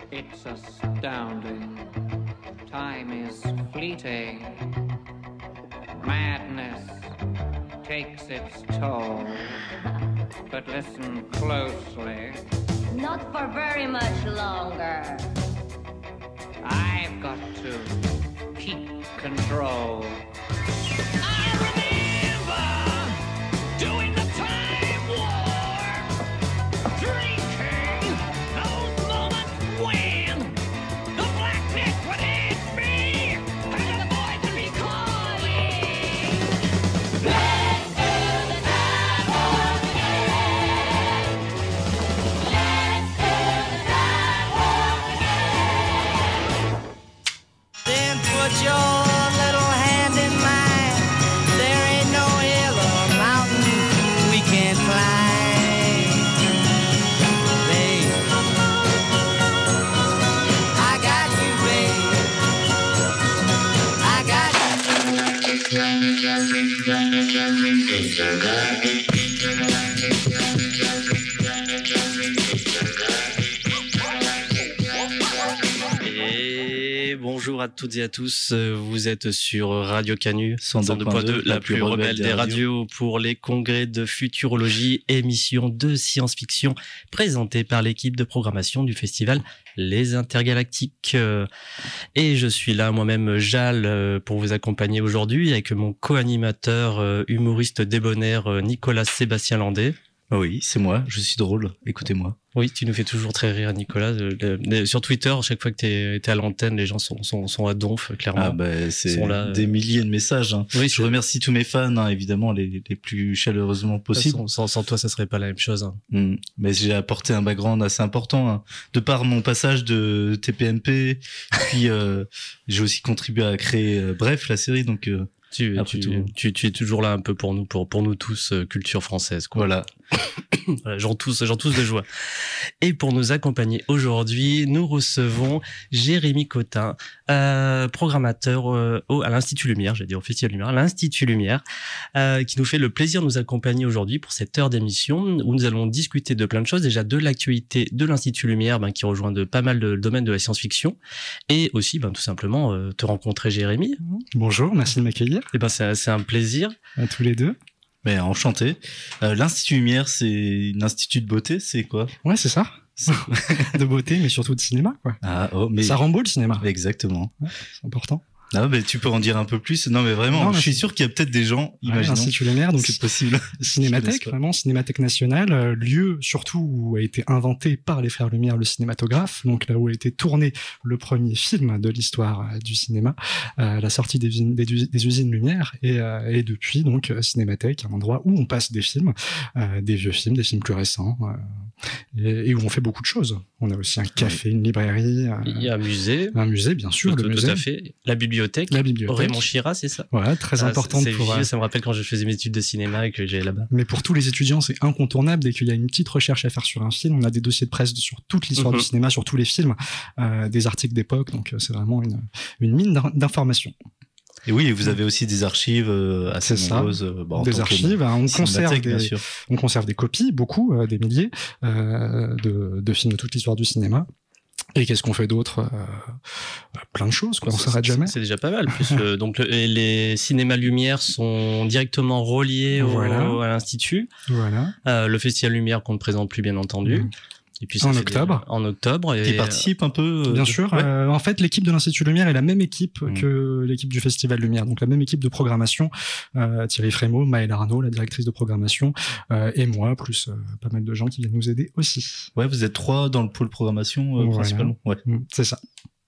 It's astounding. Time is fleeting. Madness takes its toll. But listen closely. Not for very much longer. I've got to keep control. I remember doing the time war, drinking those moments when the blackness would hit me and the voice would be calling. Let's do the time war again. Let's do the time war again. Then put your little hand in mine. There ain't no hill or mountain we can't climb. Babe, I got you, babe. I got you. Et bonjour à toutes et à tous, vous êtes sur Radio Canu, 102.2, la plus rebelle des radios pour les congrès de futurologie, émission de science-fiction présentée par l'équipe de programmation du festival Les Intergalactiques. Et je suis là moi-même, Jal, pour vous accompagner aujourd'hui avec mon co-animateur, humoriste débonnaire Nicolas Sébastien Landais. Oui, c'est moi, je suis drôle, écoutez-moi. Oui, tu nous fais toujours très rire, Nicolas. Sur Twitter, chaque fois que t'es à l'antenne, les gens sont à donf, clairement. Ah bah, c'est là, des milliers de messages. Hein. Oui, je remercie tous mes fans, hein, évidemment, les plus chaleureusement possible. Sans toi, ça serait pas la même chose. Hein. Mais j'ai apporté un background assez important. Hein. De par mon passage de TPMP, puis j'ai aussi contribué à créer Bref, la série, donc... Tu es toujours là un peu pour nous tous, culture française, quoi. Voilà. Voilà, j'en tousse de joie. Et pour nous accompagner aujourd'hui, nous recevons Jérémy Cotin, programmateur à l'Institut Lumière, j'allais dire au Festival Lumière, à l'Institut Lumière, qui nous fait le plaisir de nous accompagner aujourd'hui pour cette heure d'émission où nous allons discuter de plein de choses, déjà de l'actualité de l'Institut Lumière, qui rejoint de pas mal de domaines de la science-fiction, et aussi tout simplement te rencontrer, Jérémy. Bonjour, merci de m'accueillir. Et c'est un plaisir. À tous les deux. Mais enchanté. L'Institut Lumière, c'est un institut de beauté, c'est quoi? Ouais, c'est ça. De beauté, mais surtout de cinéma, quoi. Mais ça rend beau le cinéma. Exactement. Ouais, c'est important. Ah, mais tu peux en dire un peu plus? Non, mais vraiment, je suis sûr qu'il y a peut-être des gens, imaginons. L'Institut Lumière, donc c'est possible. Cinémathèque, vraiment, Cinémathèque nationale, lieu surtout où a été inventé par les frères Lumière le cinématographe, donc là où a été tourné le premier film de l'histoire du cinéma, la sortie des usines Lumière, et depuis, donc, Cinémathèque, un endroit où on passe des films, des vieux films, des films plus récents, et où on fait beaucoup de choses. On a aussi un café, une librairie. Il y a un musée. Un musée, bien sûr, le musée. Tout à fait. La bibliothèque. Raymond Chira, c'est ça? Ouais, très importante pour... Ça me rappelle quand je faisais mes études de cinéma et que j'allais là-bas. Mais pour tous les étudiants, c'est incontournable. Dès qu'il y a une petite recherche à faire sur un film, on a des dossiers de presse sur toute l'histoire du cinéma, sur tous les films, des articles d'époque. Donc, c'est vraiment une mine d'informations. Et oui, vous avez aussi des archives assez nombreuses. Des archives, on conserve des copies, beaucoup, des milliers de films de toute l'histoire du cinéma. Et qu'est-ce qu'on fait d'autre? Plein de choses, quoi. On s'arrête jamais. C'est déjà pas mal. Plus, donc les cinémas Lumière sont directement reliés à l'Institut. Voilà. Le Festival Lumière qu'on ne présente plus, bien entendu. Et puis en octobre. En octobre. Qui participe un peu. Bien sûr. Ouais. En fait, l'équipe de l'Institut Lumière est la même équipe que l'équipe du Festival Lumière. Donc, la même équipe de programmation. Thierry Frémaux, Maëlle Arnaud, la directrice de programmation, et moi, plus pas mal de gens qui viennent nous aider aussi. Ouais, vous êtes 3 dans le pôle programmation, principalement. Ouais. C'est ça.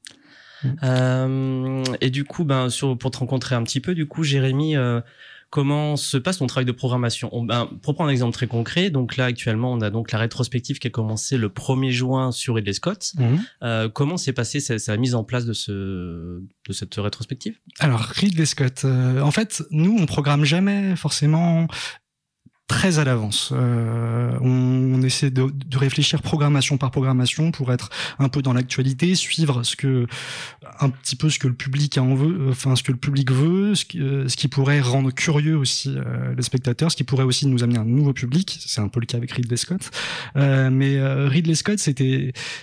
Et du coup, pour te rencontrer un petit peu, du coup, Jérémy, comment se passe ton travail de programmation? Pour prendre un exemple très concret, donc là actuellement on a donc la rétrospective qui a commencé le 1er juin sur Ridley Scott. Comment s'est passée la mise en place de cette rétrospective? Alors Ridley Scott, en fait nous on programme jamais forcément très à l'avance. On essaie de réfléchir programmation par programmation pour être un peu dans l'actualité, suivre un petit peu ce que le public ce que le public veut, ce qui pourrait rendre curieux aussi les spectateurs, ce qui pourrait aussi nous amener un nouveau public. C'est un peu le cas avec Ridley Scott. Mais Ridley Scott,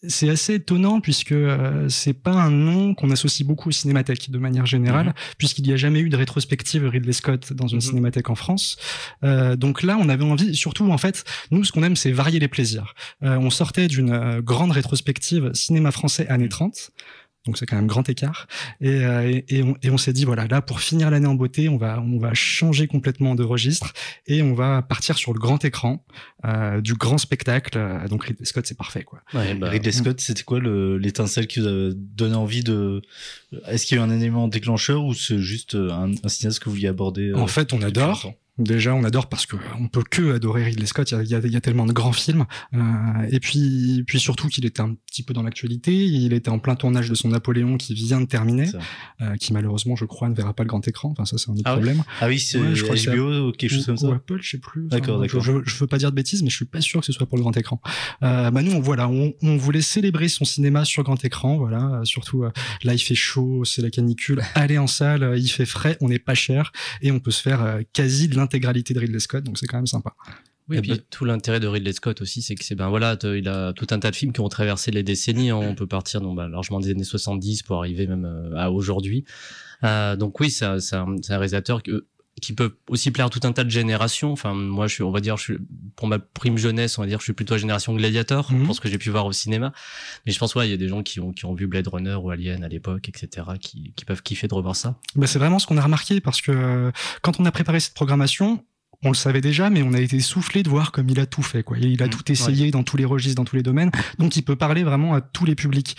c'est assez étonnant puisque c'est pas un nom qu'on associe beaucoup aux cinémathèques de manière générale, puisqu'il n'y a jamais eu de rétrospective Ridley Scott dans une cinémathèque en France. Donc là, on avait envie, surtout en fait, nous ce qu'on aime, c'est varier les plaisirs. On sortait d'une grande rétrospective cinéma français années 30. Donc c'est quand même grand écart. Et on s'est dit, voilà, là, pour finir l'année en beauté, on va changer complètement de registre et on va partir sur le grand écran, du grand spectacle. Donc Ridley Scott, c'est parfait, quoi. Ouais, Ridley Scott, c'était quoi l'étincelle qui vous a donné envie de... Est-ce qu'il y a eu un élément déclencheur ou c'est juste un cinéaste que vous vouliez aborder En fait, on adore. Déjà, on adore parce que on peut que adorer Ridley Scott. Il y a tellement de grands films. Et puis surtout qu'il était un petit peu dans l'actualité. Il était en plein tournage de son Napoléon qui vient de terminer, qui malheureusement, je crois, ne verra pas le grand écran. Enfin, ça, c'est un autre problème. Ah oui, c'est je crois HBO ou quelque chose comme ça. Ou Apple, je sais plus. D'accord. Je veux pas dire de bêtises, mais je suis pas sûr que ce soit pour le grand écran. Nous, on voulait célébrer son cinéma sur grand écran. Voilà, surtout là, il fait chaud, c'est la canicule. Allez en salle, il fait frais, on n'est pas cher et on peut se faire quasi de l'intégralité de Ridley Scott, donc c'est quand même sympa. Oui, et puis tout l'intérêt de Ridley Scott aussi, c'est que il a tout un tas de films qui ont traversé les décennies. On peut partir largement des années 70 pour arriver même à aujourd'hui. Donc oui, c'est un réalisateur qui peut aussi plaire à tout un tas de générations. Enfin, moi, pour ma prime jeunesse, on va dire, je suis plutôt à la génération Gladiator, pour ce que j'ai pu voir au cinéma. Mais je pense, il y a des gens qui ont vu Blade Runner ou Alien à l'époque, etc., qui peuvent kiffer de revoir ça. C'est vraiment ce qu'on a remarqué parce que quand on a préparé cette programmation, on le savait déjà, mais on a été soufflé de voir comme il a tout fait, quoi. Il a tout essayé dans tous les registres, dans tous les domaines. Donc, il peut parler vraiment à tous les publics.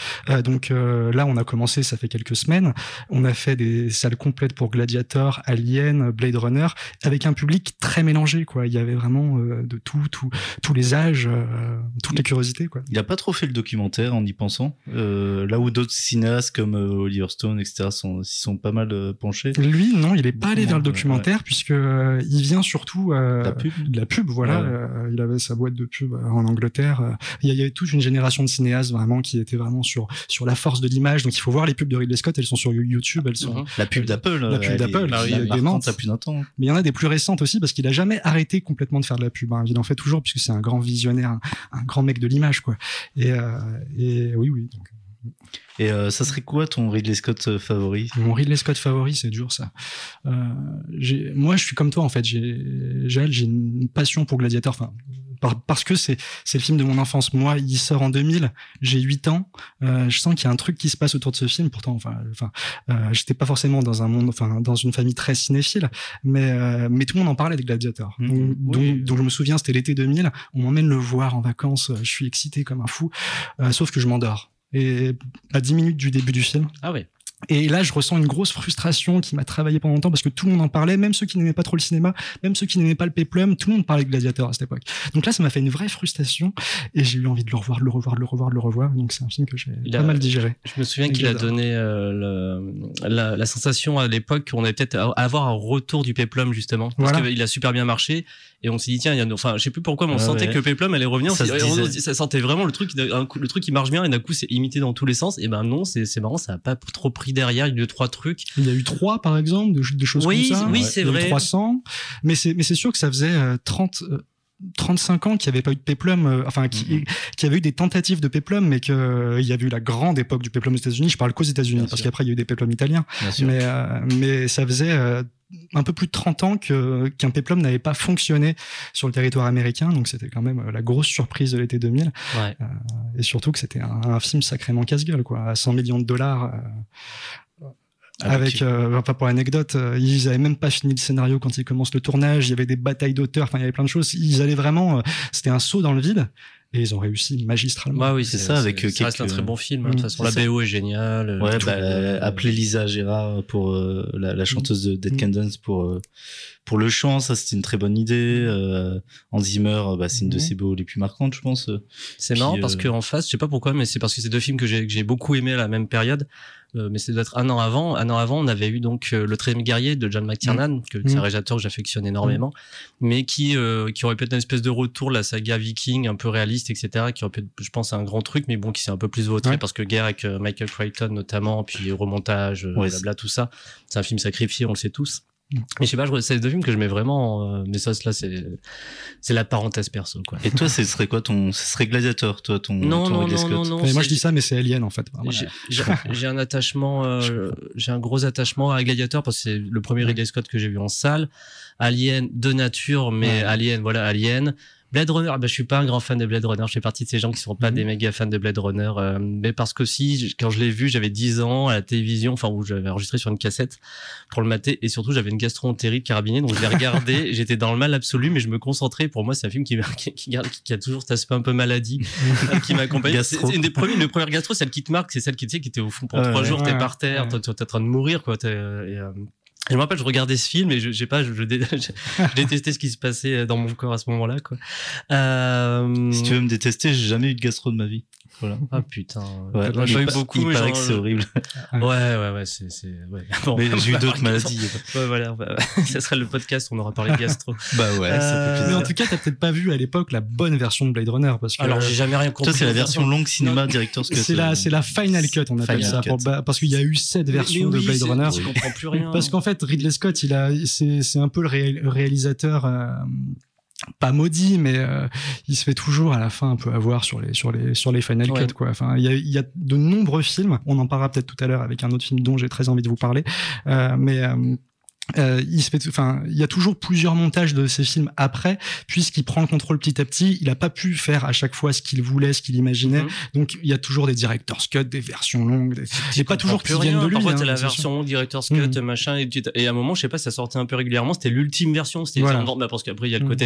Là, on a commencé, ça fait quelques semaines. On a fait des salles complètes pour Gladiator, Alien, Blade Runner, avec un public très mélangé, quoi. Il y avait vraiment de tous les âges, toutes les curiosités, quoi. Il a pas trop fait le documentaire en y pensant. Là où d'autres cinéastes comme Oliver Stone, etc., s'y sont pas mal penchés. Lui, non, il est pas allé vers le documentaire puisque il vient surtout la pub, voilà. Il avait sa boîte de pub en Angleterre. Il y avait toute une génération de cinéastes vraiment qui étaient vraiment sur la force de l'image. Donc il faut voir les pubs de Ridley Scott, elles sont sur YouTube, elles sont la pub d'Apple, qui est démente. Ça plus d'un temps. Mais il y en a des plus récentes aussi parce qu'il a jamais arrêté complètement de faire de la pub. Il en fait toujours puisque c'est un grand visionnaire, un grand mec de l'image, quoi. Et oui. Donc. Et ça serait quoi ton Ridley Scott favori? Mon Ridley Scott favori, c'est dur ça. Moi, je suis comme toi en fait. J'ai une passion pour Gladiator. Enfin, parce que c'est le film de mon enfance. Moi, il sort en 2000. J'ai 8 ans. Je sens qu'il y a un truc qui se passe autour de ce film. Pourtant, j'étais pas forcément dans un monde, dans une famille très cinéphile, mais tout le monde en parlait de Gladiator. Donc je me souviens, c'était l'été 2000. On m'emmène le voir en vacances. Je suis excité comme un fou. Sauf que je m'endors. Et à 10 minutes du début du film. Ah ouais. Et là, je ressens une grosse frustration qui m'a travaillé pendant longtemps parce que tout le monde en parlait, même ceux qui n'aimaient pas trop le cinéma, même ceux qui n'aimaient pas le péplum, tout le monde parlait de Gladiator à cette époque. Donc là, ça m'a fait une vraie frustration et j'ai eu envie de le revoir. Donc c'est un film que j'ai pas mal digéré. Je me souviens qu'il a donné la sensation à l'époque qu'on allait peut-être avoir un retour du péplum justement parce qu'il a super bien marché et on s'est dit tiens, je sais plus pourquoi, mais on sentait que le péplum allait revenir. Ça sentait vraiment le truc qui marche bien et d'un coup c'est imité dans tous les sens. Et ben non, c'est marrant, ça a pas trop pris derrière. Il y a eu 2-3 trucs. Il y a eu 3 par exemple, des choses comme ça. Oui, c'est vrai. 300. Mais c'est sûr que ça faisait 35 ans qu'il n'y avait pas eu de péplum, qu'il y avait eu des tentatives de péplum, mais qu'il y avait eu la grande époque du péplum aux États-Unis. Je parle qu'aux États-Unis, parce qu'après il y a eu des péplums italiens. Mais ça faisait un peu plus de 30 ans qu'un péplum n'avait pas fonctionné sur le territoire américain, donc c'était quand même la grosse surprise de l'été 2000. Ouais. Et surtout que c'était un film sacrément casse-gueule, quoi, à $100 millions. Avec pour l'anecdote, ils avaient même pas fini le scénario quand ils commencent le tournage. Il y avait des batailles d'auteurs, il y avait plein de choses. Ils allaient vraiment, c'était un saut dans le vide. Et ils ont réussi magistralement. Oui, c'est ça. Ça reste un très bon film. De toute façon, la BO est géniale. Appeler Lisa Gérard pour la chanteuse de Dead Candence pour le chant, ça c'était une très bonne idée. Hans Zimmer, c'est une de ses BO les plus marquantes, je pense. C'est marrant parce qu'en face, je sais pas pourquoi, mais c'est parce que c'est 2 films que j'ai beaucoup aimé à la même période. Mais c'est d'être un an avant, on avait eu donc Le 13e guerrier de John McTiernan, c'est un réalisateur que j'affectionne énormément, mais qui aurait pu être une espèce de retour de la saga Viking, un peu réaliste, etc., qui aurait pu être, je pense, un grand truc, mais bon, qui s'est un peu plus vautré parce que guerre avec Michael Crichton notamment, puis remontage, blabla, tout ça. C'est un film sacrifié, on le sait tous. Mais je sais pas, c'est deux films que je mets vraiment, mais ça, là, c'est la parenthèse perso, quoi. Et toi, ce serait quoi ce serait Gladiator, toi, ton Ridley Scott? Non. Mais moi je dis ça, mais c'est Alien en fait. J'ai un attachement, j'ai un gros attachement à Gladiator parce que c'est le premier Ridley Scott que j'ai vu en salle. Alien de nature, mais Alien. Blade Runner, je suis pas un grand fan de Blade Runner. Je fais partie de ces gens qui sont pas des méga fans de Blade Runner, mais parce que quand je l'ai vu, j'avais 10 ans à la télévision, où j'avais enregistré sur une cassette pour le mater, et surtout j'avais une gastro-entérite carabinée, donc je l'ai regardé. J'étais dans le mal absolu, mais je me concentrais. Pour moi, c'est un film qui a toujours cet aspect un peu maladie, qui m'accompagne. C'est une des premières gastro, celle qui te marque, c'est celle qui était au fond pendant 3 jours, t'es par terre, t'es en train de mourir, quoi. Je me rappelle, je regardais ce film et je détestais ce qui se passait dans mon corps à ce moment-là, quoi. Si tu veux me détester, j'ai jamais eu de gastro de ma vie. Voilà. Ah putain. Ouais, j'en ai eu beaucoup, il mais paraît que c'est horrible. Ouais, Bon, mais j'ai eu d'autres maladies. Ouais, voilà. Ça sera le podcast, on aura parlé de gastro. Bah ouais, ça fait plaisir. Mais en tout cas, t'as peut-être pas vu à l'époque la bonne version de Blade Runner, parce que. Alors, j'ai jamais rien compris. Toi, c'est la version longue cinéma Director's Cut. C'est la Final Cut, on appelle ça, parce qu'il y a eu 7 versions de Blade Runner. Je comprends plus rien. Parce qu'en fait, Ridley Scott, c'est un peu le réalisateur, pas maudit, mais il se fait toujours à la fin un peu avoir sur les Final Cut, quoi. Enfin, il y a de nombreux films. On en parlera peut-être tout à l'heure avec un autre film dont j'ai très envie de vous parler, il y a toujours plusieurs montages de ces films après, puisqu'il prend le contrôle petit à petit. Il a pas pu faire à chaque fois ce qu'il voulait, ce qu'il imaginait. Donc il y a toujours des director's cut, des versions longues, c'est pas toujours qui viennent de lui. Parfois, c'est la version director's cut, machin, et à un moment, je sais pas, ça sortait un peu régulièrement. C'était l'ultime version. C'était parce qu'après il y a le côté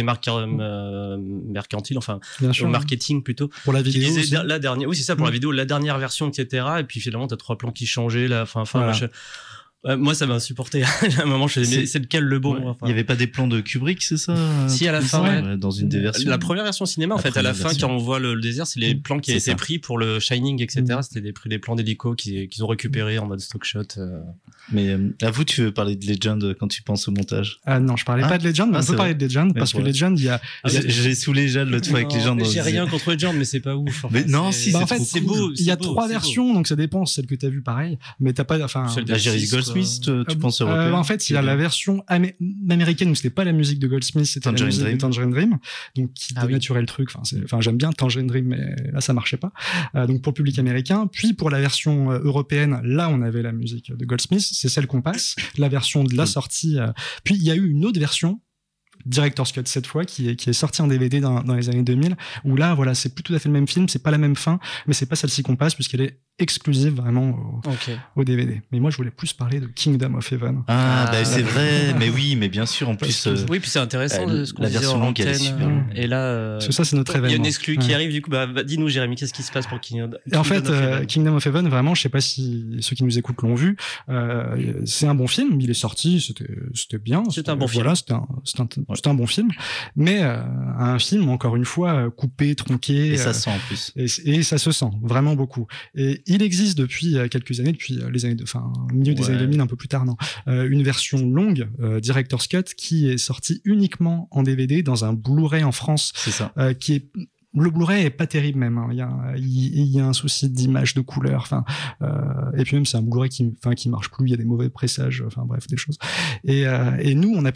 mercantile, au marketing plutôt. Pour la vidéo. La dernière, oui, c'est ça, pour la vidéo, la dernière version, etc. Et puis finalement, t'as 3 plans qui changeaient, machin. Moi, ça m'a insupporté. À un moment, je me disais, c'est lequel le bon? Il y avait pas des plans de Kubrick, c'est ça? Si, à la fin, dans une des versions. La première version cinéma, en fait, à la fin, quand on voit le désert, c'est les plans qui étaient pris pour le Shining, etc. C'était des plans d'hélico qu'ils ont récupérés en mode stock shot. Mais à vous, tu veux parler de Legend quand tu penses au montage? Non, je parlais pas de Legend, mais on peut parler de Legend, parce que Legend, il y a... J'ai saoulé Jade l'autre fois avec Legend. J'ai rien contre Legend, mais c'est pas ouf. Mais non, si, en fait, c'est beau. Il y a 3 versions, donc ça dépend, celle que t'as vue pareil, mais t'as pas, la Jerry Goldsmith, tu penses européenne? En fait, il y a la version américaine où c'était pas la musique de Goldsmith, c'était la musique de Tangerine Dream, donc qui dénaturait le truc. J'aime bien Tangerine Dream, mais là, ça marchait pas. Donc pour le public américain. Puis pour la version européenne, là, on avait la musique de Goldsmith, c'est celle qu'on passe. La version de la sortie. Puis il y a eu une autre version, Director's Cut cette fois, qui est sortie en DVD dans les années 2000, où là, voilà, c'est plus tout à fait le même film, c'est pas la même fin, mais c'est pas celle-ci qu'on passe, puisqu'elle est exclusive vraiment au DVD. Mais moi, je voulais plus parler de Kingdom of Heaven. C'est vrai, mais oui, mais bien sûr, en plus. Oui, puis c'est intéressant ce qu'on la disait version en longue, elle est super. Et là, parce que ça, c'est notre événement. Il y a une exclue qui arrive, du coup, dis-nous, Jérémy, qu'est-ce qui se passe pour Kingdom of Heaven? En fait, Kingdom of Heaven, vraiment, je sais pas si ceux qui nous écoutent l'ont vu, c'est un bon film, il est sorti, c'était bien. C'était un bon film. Voilà, c'était un bon film, mais un film, encore une fois, coupé, tronqué. Et ça sent en plus. Et ça se sent, vraiment beaucoup. Et il existe depuis quelques années, depuis les années milieu des années 2000, un peu plus tard, une version longue, Director's Cut, qui est sortie uniquement en DVD dans un Blu-ray en France. C'est ça. Qui est... Le Blu-ray est pas terrible même. Il y a un souci d'image, de couleur. Et puis même c'est un Blu-ray qui marche plus. Il y a des mauvais pressages. Bref, des choses. Et nous, on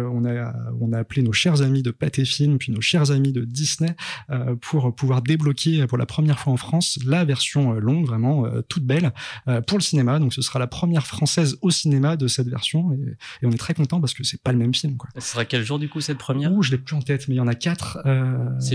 a appelé nos chers amis de Pathé Film, puis nos chers amis de Disney, pour pouvoir débloquer pour la première fois en France la version longue, vraiment toute belle, pour le cinéma. Donc ce sera la première française au cinéma de cette version. Et on est très content parce que c'est pas le même film, quoi. Ce sera quel jour du coup cette première? Je l'ai plus en tête, mais il y en a 4. C'est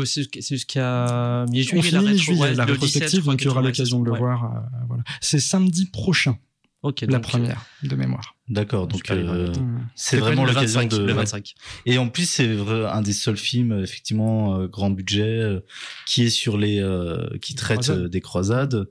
jusqu'à mi-juillet. On finit mi-juillet, la rétrospective, donc il y aura l'occasion de le voir. Voilà. C'est samedi prochain, la première, de mémoire. D'accord, donc c'est vraiment l'occasion de... Le 25. Et en plus, c'est un des seuls films, effectivement, grand budget, qui est sur qui traite des croisades.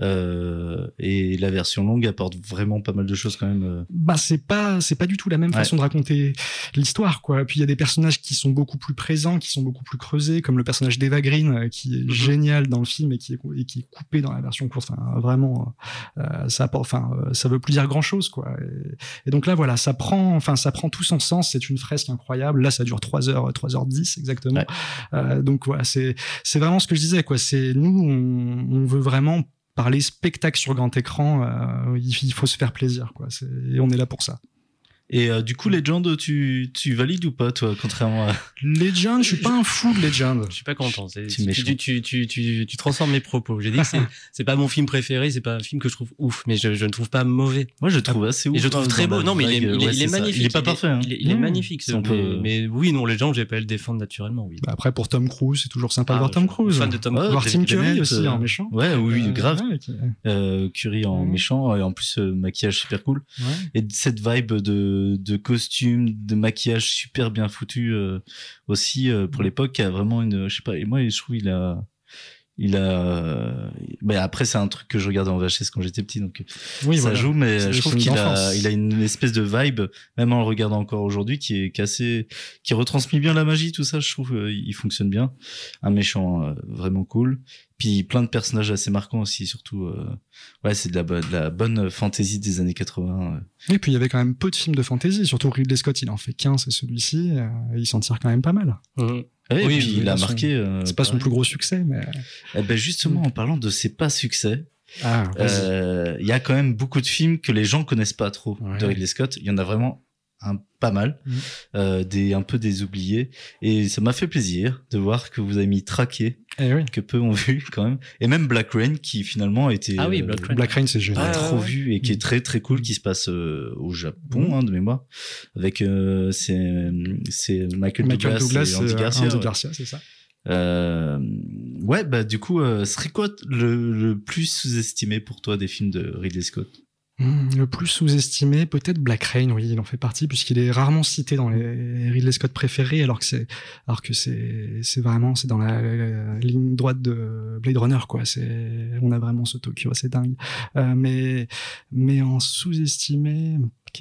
Et la version longue apporte vraiment pas mal de choses quand même. C'est pas du tout la même façon de raconter l'histoire, quoi. Puis il y a des personnages qui sont beaucoup plus présents, qui sont beaucoup plus creusés, comme le personnage d'Eva Green, qui est génial dans le film et qui est coupé dans la version courte. Vraiment, ça apporte, ça veut plus dire grand chose, quoi. Et donc là, voilà, ça prend tout son sens. C'est une fresque incroyable. Là, ça dure 3h10 exactement. Ouais. Donc voilà, c'est vraiment ce que je disais, quoi. C'est nous, on veut vraiment parler spectacle sur grand écran. Il faut se faire plaisir, quoi. Et on est là pour ça. Et du coup, Legend, tu valides ou pas, toi, contrairement à... Legend, je suis pas un fou de Legend. Je suis pas content. méchant. Tu transformes mes propos. J'ai dit que c'est pas mon film préféré, c'est pas un film que je trouve ouf, mais je ne trouve pas mauvais. Moi, je le trouve assez ouf. Et je le trouve très beau. Non, mais il est ça. magnifique. Il est pas parfait. Hein. Il est magnifique. Si on peut- Mais oui, non, Legend, je vais pas le défendre naturellement, oui. Bah, après, pour Tom Cruise, c'est toujours sympa de Ah, voir Tom je suis Cruise. fan de Tom Ouais, Cruise. Voir Tim Curry Bennett, aussi en méchant. Ouais, oui, grave. Ouais, ok. Curry en méchant, et en plus, maquillage super cool. Ouais. Et cette vibe de costume, de maquillage super bien foutu aussi pour l'époque, qui a vraiment une, je sais pas, et moi je trouve mais après c'est un truc que je regardais en VHS quand j'étais petit, donc Oui, ça voilà. joue, mais C'est je le trouve film qu'il d'enfance. il a une espèce de vibe, même en le regardant encore aujourd'hui, qui retransmet bien la magie, tout ça. Je trouve il fonctionne bien. Un méchant vraiment cool. Puis plein de personnages assez marquants aussi, surtout. Ouais, c'est de la bonne fantasy des années 80. Et puis il y avait quand même peu de films de fantasy, surtout Ridley Scott, il en fait qu'un, c'est celui-ci, il s'en tire quand même pas mal. Mhm. Ouais, Oui, et puis mais il a son- marqué. C'est pas son pareil. plus gros succès, mais... Eh ben justement, en parlant de ses pas succès, Ah, vas-y. il y a quand même beaucoup de films que les gens connaissent pas trop Ouais. de Ridley Scott. Il y en a vraiment pas mal, un peu des oubliés. Et ça m'a fait plaisir de voir que vous avez mis Traqué, Eh oui. que peu ont vu quand même. Et même Black Rain, qui finalement a été Ah oui, Black Rain. Black Rain, c'est génial. pas Ouais, trop ouais. vu et qui est très très cool, qui se passe au Japon, de mémoire, avec c'est Michael Douglas et Andy Garcia. Andy ouais. Garcia, c'est ça. Ouais, bah du coup, serait quoi le plus sous-estimé pour toi des films de Ridley Scott? Le plus sous-estimé, peut-être Black Rain, oui, il en fait partie, puisqu'il est rarement cité dans les Ridley Scott préférés, alors que c'est vraiment, c'est dans la ligne droite de Blade Runner, quoi. On a vraiment ce Tokyo assez dingue. Mais en sous-estimé,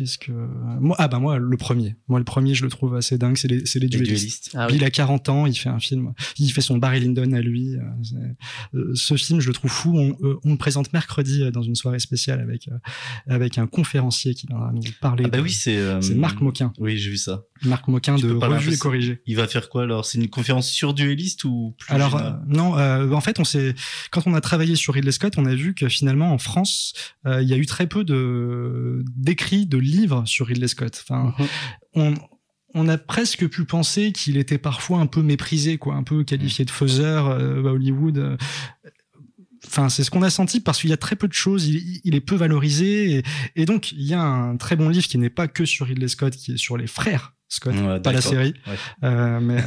moi, le premier, je le trouve assez dingue, c'est les duellistes. Ah Puis oui. il a 40 ans, il fait un film, il fait son Barry Lyndon à lui. Ce film, je le trouve fou. On le présente mercredi dans une soirée spéciale avec un conférencier qui viendra nous parler. Ah bah oui, c'est Marc Moquin. Oui, j'ai vu ça. Marc Moquin Tu de peux parler un Revue peu, et Corrigé. Il va faire quoi alors? C'est une conférence sur dueliste ou plus Alors général non, en fait, quand on a travaillé sur Ridley Scott, on a vu que finalement en France, il y a eu très peu d'écrits, de livres sur Ridley Scott. Enfin, on a presque pu penser qu'il était parfois un peu méprisé, quoi, un peu qualifié de faiseur à Hollywood. Enfin, c'est ce qu'on a senti parce qu'il y a très peu de choses, il est peu valorisé et donc il y a un très bon livre qui n'est pas que sur Ridley Scott, qui est sur les frères Scott, Ouais, pas la d'accord. série, Ouais. mais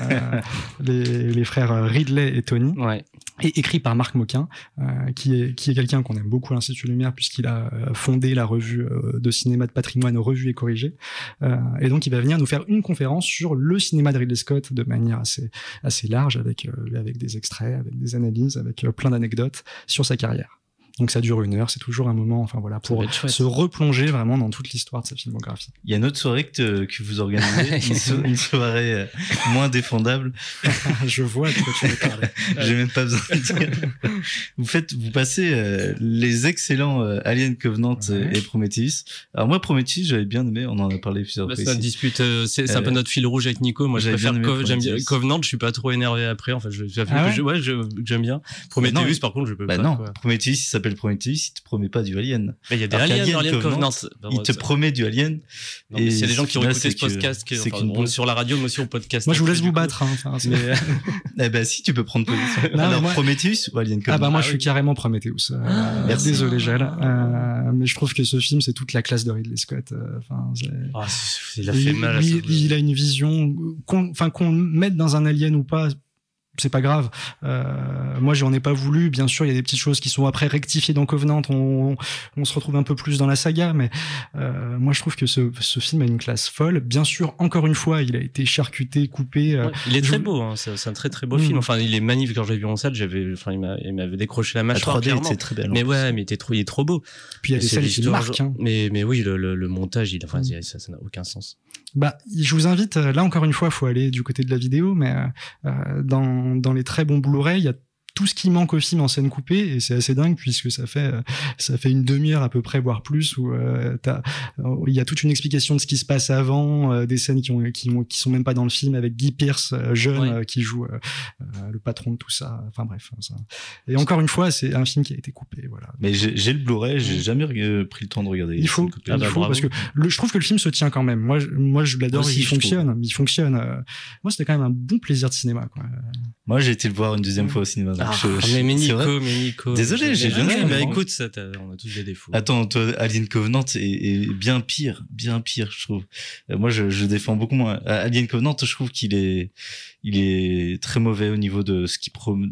les frères Ridley et Tony. Ouais. Et écrit par Marc Moquin, qui est quelqu'un qu'on aime beaucoup à l'Institut Lumière puisqu'il a fondé la revue de cinéma de patrimoine Revue et Corrigé. Et donc il va venir nous faire une conférence sur le cinéma de Ridley Scott de manière assez large, avec des extraits, avec des analyses, avec plein d'anecdotes sur sa carrière. Donc ça dure 1 heure, c'est toujours un moment, enfin voilà, Ça pour va être chouette. se replonger vraiment dans toute l'histoire de sa filmographie. Il y a une autre soirée que vous organisez, une soirée moins défendable. Je vois de quoi tu veux parler. J'ai même pas besoin de dire. Vous passez les excellents Alien Covenant Ouais. et Prometheus. Alors moi, Prometheus, j'avais bien aimé, on en a parlé plusieurs Bah, fois c'est une ici. dispute, c'est un peu notre fil rouge avec Nico. Moi, je J'avais préfère bien aimé j'aime bien Prometheus. Covenant, je suis pas trop énervé après. Enfin, Ah ouais j'aime bien. Prometheus, non, par contre, je peux Bah pas. non, quoi. Prometheus, il s'appelle Prometheus, il te promet pas du Alien. Mais il y a des Alors aliens qu'Alien dans Alien Covenant, Covenant. Il te promet du Alien. Non, mais s'il y a des gens qui ont là, écouté c'est ce podcast, c'est enfin, qu'une on est sur la radio, mais aussi au podcast. Moi je vous laisse Du vous coup, battre. Hein, enfin, c'est- Mais, Eh ben si, tu peux prendre position. Non, Alors moi- Prometheus ou Alien Covenant? Ah bah moi Ah je suis oui. carrément Prometheus. Merci. Désolé Gel, mais je trouve que ce film c'est toute la classe de Ridley Scott. Enfin, il a fait mal à il a une vision qu'on le mette dans un Alien ou pas. C'est pas grave. Moi, j'en ai pas voulu. Bien sûr, il y a des petites choses qui sont après rectifiées dans Covenant. On se retrouve un peu plus dans la saga, mais moi, je trouve que ce film a une classe folle. Bien sûr, encore une fois, il a été charcuté, coupé. Ouais, il est je- très beau, hein. C'est un très très beau Mm. film. Enfin, il est magnifique. Quand je l'ai vu en salle, il m'avait décroché la La mâchoire. 3D clairement. était très belle. Mais ouais, mais il est trop beau. Puis il y a des Et c'est scènes qui l'histoire, marquent. Hein. Mais oui, le montage, ça n'a aucun sens. Bah, je vous invite, là encore une fois, faut aller du côté de la vidéo, mais dans les très bons Blu-ray, il y a tout ce qui manque au film en scène coupée, et c'est assez dingue puisque ça fait une demi-heure à peu près, voire plus, où il y a toute une explication de ce qui se passe avant, des scènes qui sont même pas dans le film, avec Guy Pearce jeune qui joue le patron de tout ça. Enfin bref, ça. Et encore une fois, c'est un film qui a été coupé, voilà. Mais j'ai le Blu-ray, j'ai jamais pris le temps de regarder. Il faut parce que je trouve que le film se tient quand même. Moi je l'adore, il fonctionne. Moi c'était quand même un bon plaisir de cinéma, quoi. Moi j'ai été le voir une deuxième fois au cinéma. Donc mais Nico. Désolé, j'ai jamais. Mais écoute, on a tous des défauts. Attends, toi, Alien Covenant est bien pire, je trouve. Moi je défends beaucoup moins. Alien Covenant, je trouve qu'il est très mauvais au niveau de ce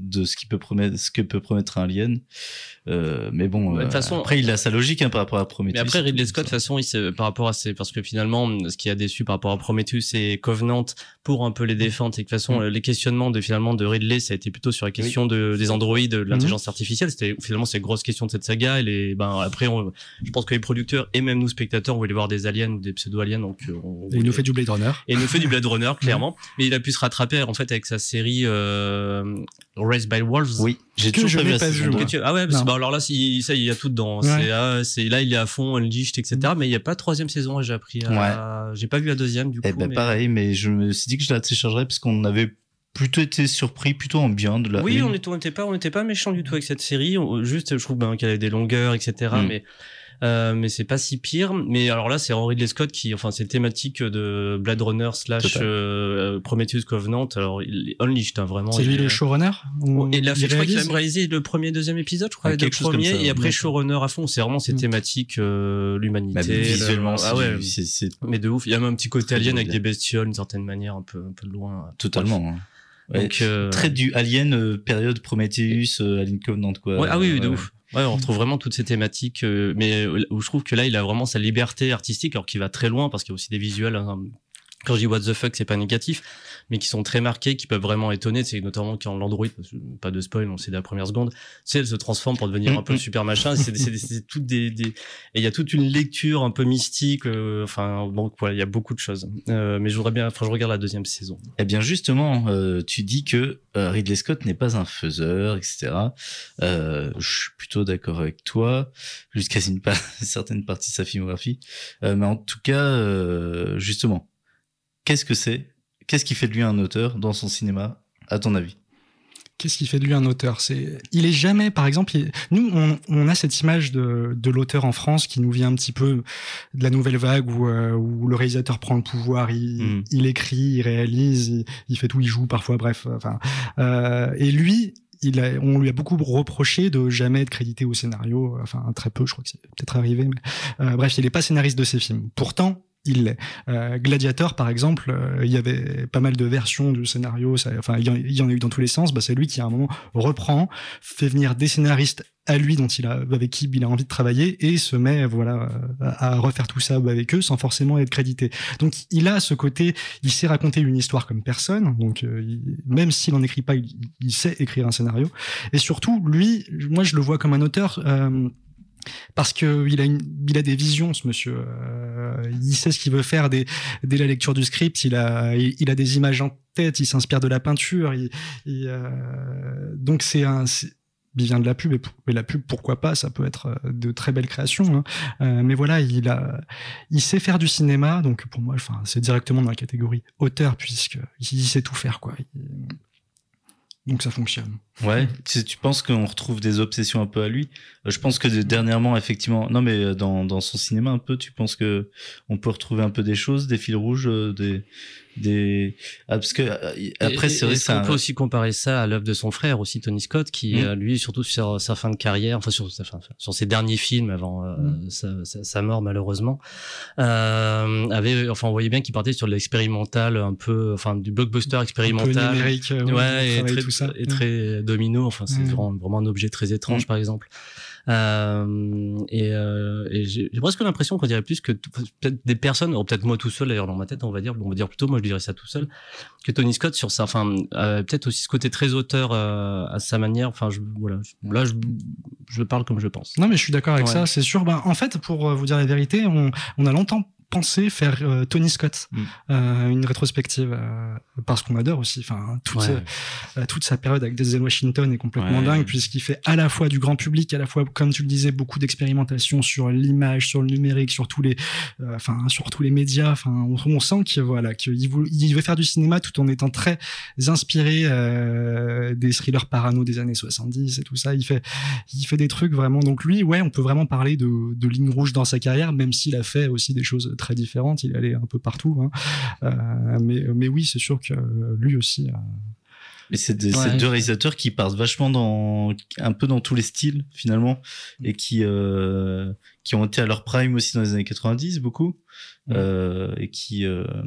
que peut promettre un Alien. Mais bon, de toute façon, après il a sa logique par rapport à Prometheus. Mais après Ridley Scott, de toute façon, par rapport à parce que finalement, ce qui a déçu par rapport à Prometheus et Covenant, pour un peu les défendre, c'est que de toute façon, les questionnements de Ridley, ça a été plutôt sur la question des androïdes, de l'intelligence artificielle. C'était finalement ces grosses questions de cette saga. Et après, je pense que les producteurs et même nous spectateurs, on voulait voir des aliens ou des pseudo-aliens. Donc, il nous fait du Blade Runner. Et il nous fait du Blade Runner, clairement. Mais il a pu se rattraper en fait avec sa série Raised by Wolves. Oui, j'ai toujours pas vu la saison 2. Ah ouais, alors là, il y a tout dedans. Ouais. Là, il est à fond, Unleashed, etc. Mais il y a pas de troisième saison. J'ai appris. J'ai pas vu la deuxième du coup. Pareil, mais je me suis dit que je la téléchargerais parce qu'on avait plutôt été surpris, plutôt en bien de la. Oui, on n'était pas méchant du tout avec cette série. Juste, je trouve qu'elle avait des longueurs, etc. Mais c'est pas si pire. Mais alors là, c'est Ridley Scott c'est thématique de Blade Runner / Prometheus Covenant. Alors, il est Unleashed, vraiment. C'est lui le showrunner? Et je crois qu'il a même réalisé le premier, deuxième épisode, je crois, le premier, et après showrunner à fond. C'est vraiment ces thématiques, l'humanité. Visuellement, mais de ouf. Il y a même un petit côté alien avec des bestioles, d'une certaine manière, un peu de loin. Totalement. Donc, très du Alien, période Prometheus, Alien Covenant, quoi. Ouais, oui, de ouf. Ouais, on retrouve vraiment toutes ces thématiques, mais où je trouve que là, il a vraiment sa liberté artistique, alors qu'il va très loin, parce qu'il y a aussi des visuels. Quand je dis what the fuck, c'est pas négatif, mais qui sont très marqués, qui peuvent vraiment étonner. C'est notamment quand l'android, pas de spoil, on sait dès la première seconde, elle se transforme pour devenir un peu le super machin. C'est toutes et il y a toute une lecture un peu mystique. Donc voilà, il y a beaucoup de choses. Mais je regarde la deuxième saison. Eh bien justement, tu dis que Ridley Scott n'est pas un faiseur, etc. Je suis plutôt d'accord avec toi, jusqu'à une certaine partie de sa filmographie. Mais en tout cas, justement, qu'est-ce qui fait de lui un auteur dans son cinéma, à ton avis? Qu'est-ce qui fait de lui un auteur? Il est jamais, par exemple, nous, on a cette image de l'auteur en France qui nous vient un petit peu de la nouvelle vague où le réalisateur prend le pouvoir, il écrit, il réalise, il fait tout, il joue parfois, bref. Et lui, on lui a beaucoup reproché de jamais être crédité au scénario, très peu, je crois que c'est peut-être arrivé, mais bref, il est pas scénariste de ses films. Pourtant, il l'est. Gladiator, par exemple, il y avait pas mal de versions du scénario, il y en a eu dans tous les sens. C'est lui qui, à un moment, reprend, fait venir des scénaristes à lui avec qui il a envie de travailler et se met à refaire tout ça avec eux sans forcément être crédité. Donc il a ce côté, il sait raconter une histoire comme personne, donc même s'il en écrit pas, il sait écrire un scénario. Et surtout, lui, moi je le vois comme un auteur parce que il a des visions, ce monsieur. Il sait ce qu'il veut faire dès la lecture du script. Il a des images en tête. Il s'inspire de la peinture. Donc il vient de la pub, et la pub, pourquoi pas, ça peut être de très belles créations, hein. Mais voilà, il sait faire du cinéma, donc pour moi, c'est directement dans la catégorie auteur, puisqu'il sait tout faire, quoi. Donc ça fonctionne. Ouais. Tu penses qu'on retrouve des obsessions un peu à lui? Je pense que dernièrement, effectivement, non mais dans son cinéma un peu, tu penses que on peut retrouver un peu des choses, des fils rouges, parce que après c'est vrai que on peut aussi comparer ça à l'œuvre de son frère aussi, Tony Scott, qui lui, surtout sur sa fin de carrière, sur ses derniers films avant sa mort malheureusement, on voyait bien qu'il partait sur l'expérimental un peu, du blockbuster expérimental, un peu numérique, et très domino. C'est vraiment un objet très étrange, par exemple. Et j'ai presque l'impression qu'on dirait plus que peut-être des personnes, ou peut-être moi tout seul d'ailleurs dans ma tête, on va dire plutôt, moi je dirais ça tout seul, que Tony Scott sur ça, peut-être aussi ce côté très auteur à sa manière. Je parle comme je pense. Non mais je suis d'accord avec ça, c'est sûr. En fait, pour vous dire la vérité, on a longtemps pensé faire Tony Scott, une rétrospective, parce qu'on adore aussi. Enfin, toute sa période avec Denzel Washington est complètement dingue, puisqu'il fait à la fois du grand public, à la fois, comme tu le disais, beaucoup d'expérimentation sur l'image, sur le numérique, sur tous les, sur tous les médias. Enfin, on sent qu'il veut faire du cinéma tout en étant très inspiré des thrillers parano des années 70 et tout ça. Il fait des trucs vraiment. Donc lui, on peut vraiment parler de ligne rouge dans sa carrière, même s'il a fait aussi des choses très différentes. Il est allé un peu partout, mais oui, c'est sûr que lui aussi. Et c'est deux réalisateurs qui partent vachement un peu dans tous les styles finalement, et qui ont été à leur prime aussi dans les années 90 beaucoup, et qui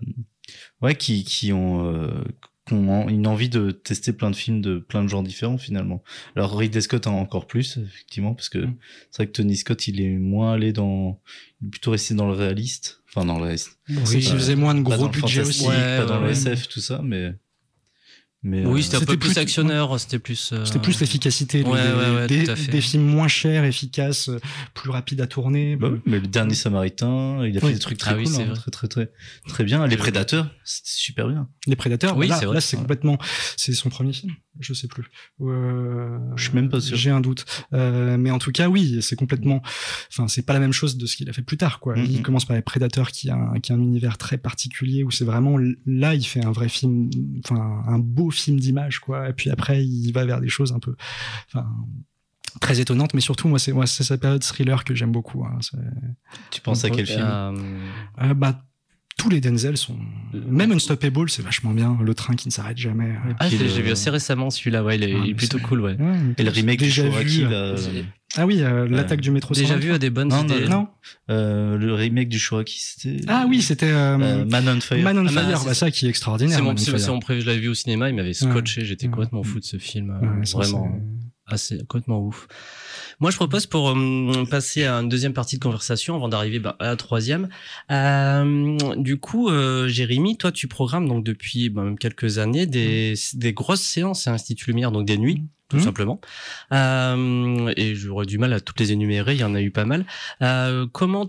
ont une envie de tester plein de films de plein de genres différents finalement. Alors Ridley Scott encore plus effectivement, parce que c'est vrai que Tony Scott il est plutôt resté dans le réaliste, enfin dans le réaliste. Oui, il faisait moins de gros budget aussi, pas dans le SF tout ça, mais oui, c'était un peu plus actionneur, c'était plus l'efficacité, des films moins chers, efficaces, plus rapides à tourner. Mais le Dernier Samaritain, il a fait des trucs très cool, très bien. Les Prédateurs, c'était super bien. Les Prédateurs, oui, c'est vrai. Là, c'est complètement, c'est son premier film. Je sais plus. Je suis même pas sûr. J'ai un doute. Mais en tout cas, oui, c'est complètement, c'est pas la même chose de ce qu'il a fait plus tard, quoi. Il commence par Les Prédateurs, qui a un univers très particulier, où c'est vraiment, là, il fait un vrai film, un beau film d'image, quoi. Et puis après, il va vers des choses un peu, très étonnantes, mais surtout, moi, c'est sa période thriller que j'aime beaucoup, Tu penses à quel film? Tous les Denzel sont, même Unstoppable, c'est vachement bien. Le train qui ne s'arrête jamais. J'ai vu assez récemment celui-là, il est plutôt cool, Et le remake du Chouraki, ah oui, l'attaque du métro. Déjà vu à des bonnes idées. Non. Le remake du Chouraki, c'était. Ah oui, c'était Man on Fire. Man on Fire, ça qui est extraordinaire. C'est mon prévu, je l'avais vu au cinéma, il m'avait scotché, j'étais complètement fou de ce film, vraiment complètement ouf. Moi, je propose pour passer à une deuxième partie de conversation avant d'arriver à la troisième. Du coup, Jérémy, toi, tu programmes donc depuis même quelques années des grosses séances à Institut Lumière, donc des nuits, tout simplement. Et j'aurais du mal à toutes les énumérer, il y en a eu pas mal. Comment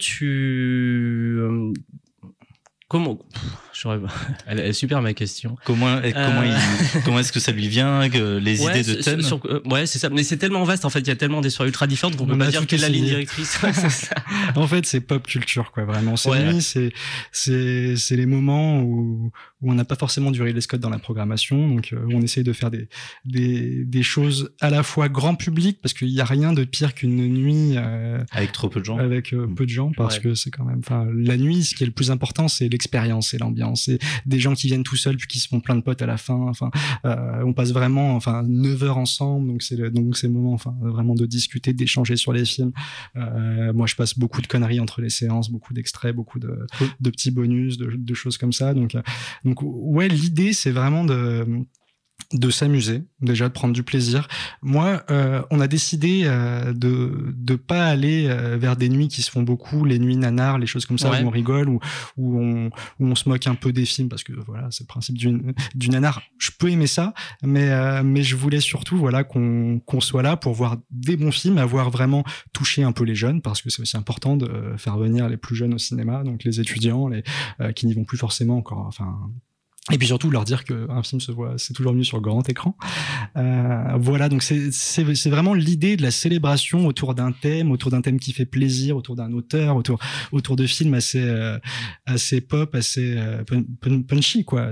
elle est super ma question. Comment est-ce que ça lui vient, les idées de thèmes? C'est ça. Mais c'est tellement vaste, en fait, il y a tellement d'histoires ultra différentes qu'on peut pas dire quelle est la ligne directrice. C'est ça. En fait, c'est pop culture, quoi, vraiment. C'est les moments où on n'a pas forcément du Ridley Scott dans la programmation, donc on essaye de faire des choses à la fois grand public, parce qu'il y a rien de pire qu'une nuit avec trop peu de gens. Avec peu de gens, parce que c'est quand même, la nuit, ce qui est le plus important, c'est l'expérience, c'est l'ambiance, c'est des gens qui viennent tout seuls puis qui se font plein de potes à la fin. On passe vraiment 9 heures ensemble, donc c'est le moment vraiment de discuter, d'échanger sur les films. Moi, je passe beaucoup de conneries entre les séances, beaucoup d'extraits, beaucoup de petits bonus, de choses comme ça. Donc ouais, l'idée, c'est vraiment de s'amuser, déjà de prendre du plaisir. Moi, on a décidé de pas aller vers des nuits qui se font beaucoup, les nuits nanars, les choses comme ça, où on rigole, où on se moque un peu des films, parce que voilà, c'est le principe du nanar. Je peux aimer ça, mais je voulais surtout qu'on soit là pour voir des bons films, avoir vraiment touché un peu les jeunes, parce que c'est aussi important de faire venir les plus jeunes au cinéma, donc les étudiants, qui n'y vont plus forcément encore, et puis surtout leur dire qu'un film c'est toujours mieux sur grand écran. Voilà, donc c'est vraiment l'idée de la célébration autour d'un thème qui fait plaisir, autour d'un auteur, autour de films assez pop, assez punchy, quoi.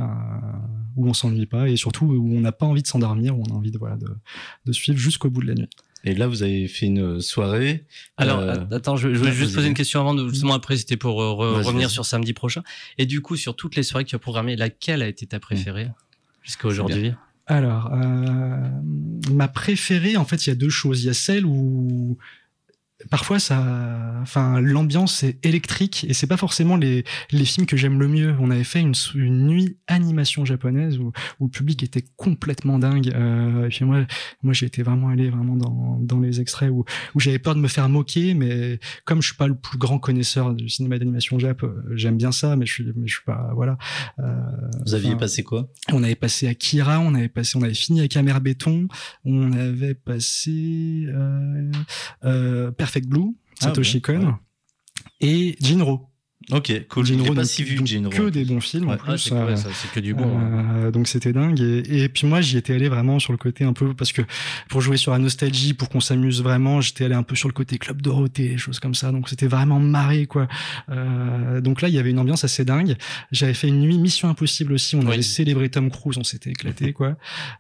Où on s'ennuie pas, et surtout où on n'a pas envie de s'endormir, où on a envie de suivre jusqu'au bout de la nuit. Et là, vous avez fait une soirée. Alors, attends, je veux juste poser une question avant. Justement, après, c'était pour revenir sur samedi prochain. Et du coup, sur toutes les soirées que tu as programmées, laquelle a été ta préférée jusqu'à aujourd'hui? Alors, ma préférée, en fait, il y a deux choses. Il y a celle où parfois l'ambiance est électrique, et c'est pas forcément les films que j'aime le mieux. On avait fait une nuit animation japonaise où le public était complètement dingue, et puis moi j'ai été vraiment allé dans les extraits où j'avais peur de me faire moquer, mais comme je suis pas le plus grand connaisseur du cinéma d'animation jap, j'aime bien ça, mais je suis pas, voilà. Vous aviez passé quoi? On avait passé Akira, on avait fini avec Amer Béton, on avait passé Perfect Blue, Satoshi Kon, et Jinro. Ok, cool. Gene Je l'ai Road, pas donc- si vu donc Gene que Road. des bons films en Ouais. plus. Ouais, c'est que, ouais, ça, c'est que du bon. hein. Donc c'était dingue et puis moi j'y étais allé vraiment sur le côté un peu parce que pour jouer sur la nostalgie, pour qu'on s'amuse vraiment, j'étais allé un peu sur le côté Club Dorothée, choses comme ça, donc c'était vraiment marré quoi. Donc là il y avait une ambiance assez dingue. J'avais fait une nuit Mission Impossible aussi, on Oui. avait célébré Tom Cruise, on s'était éclaté quoi.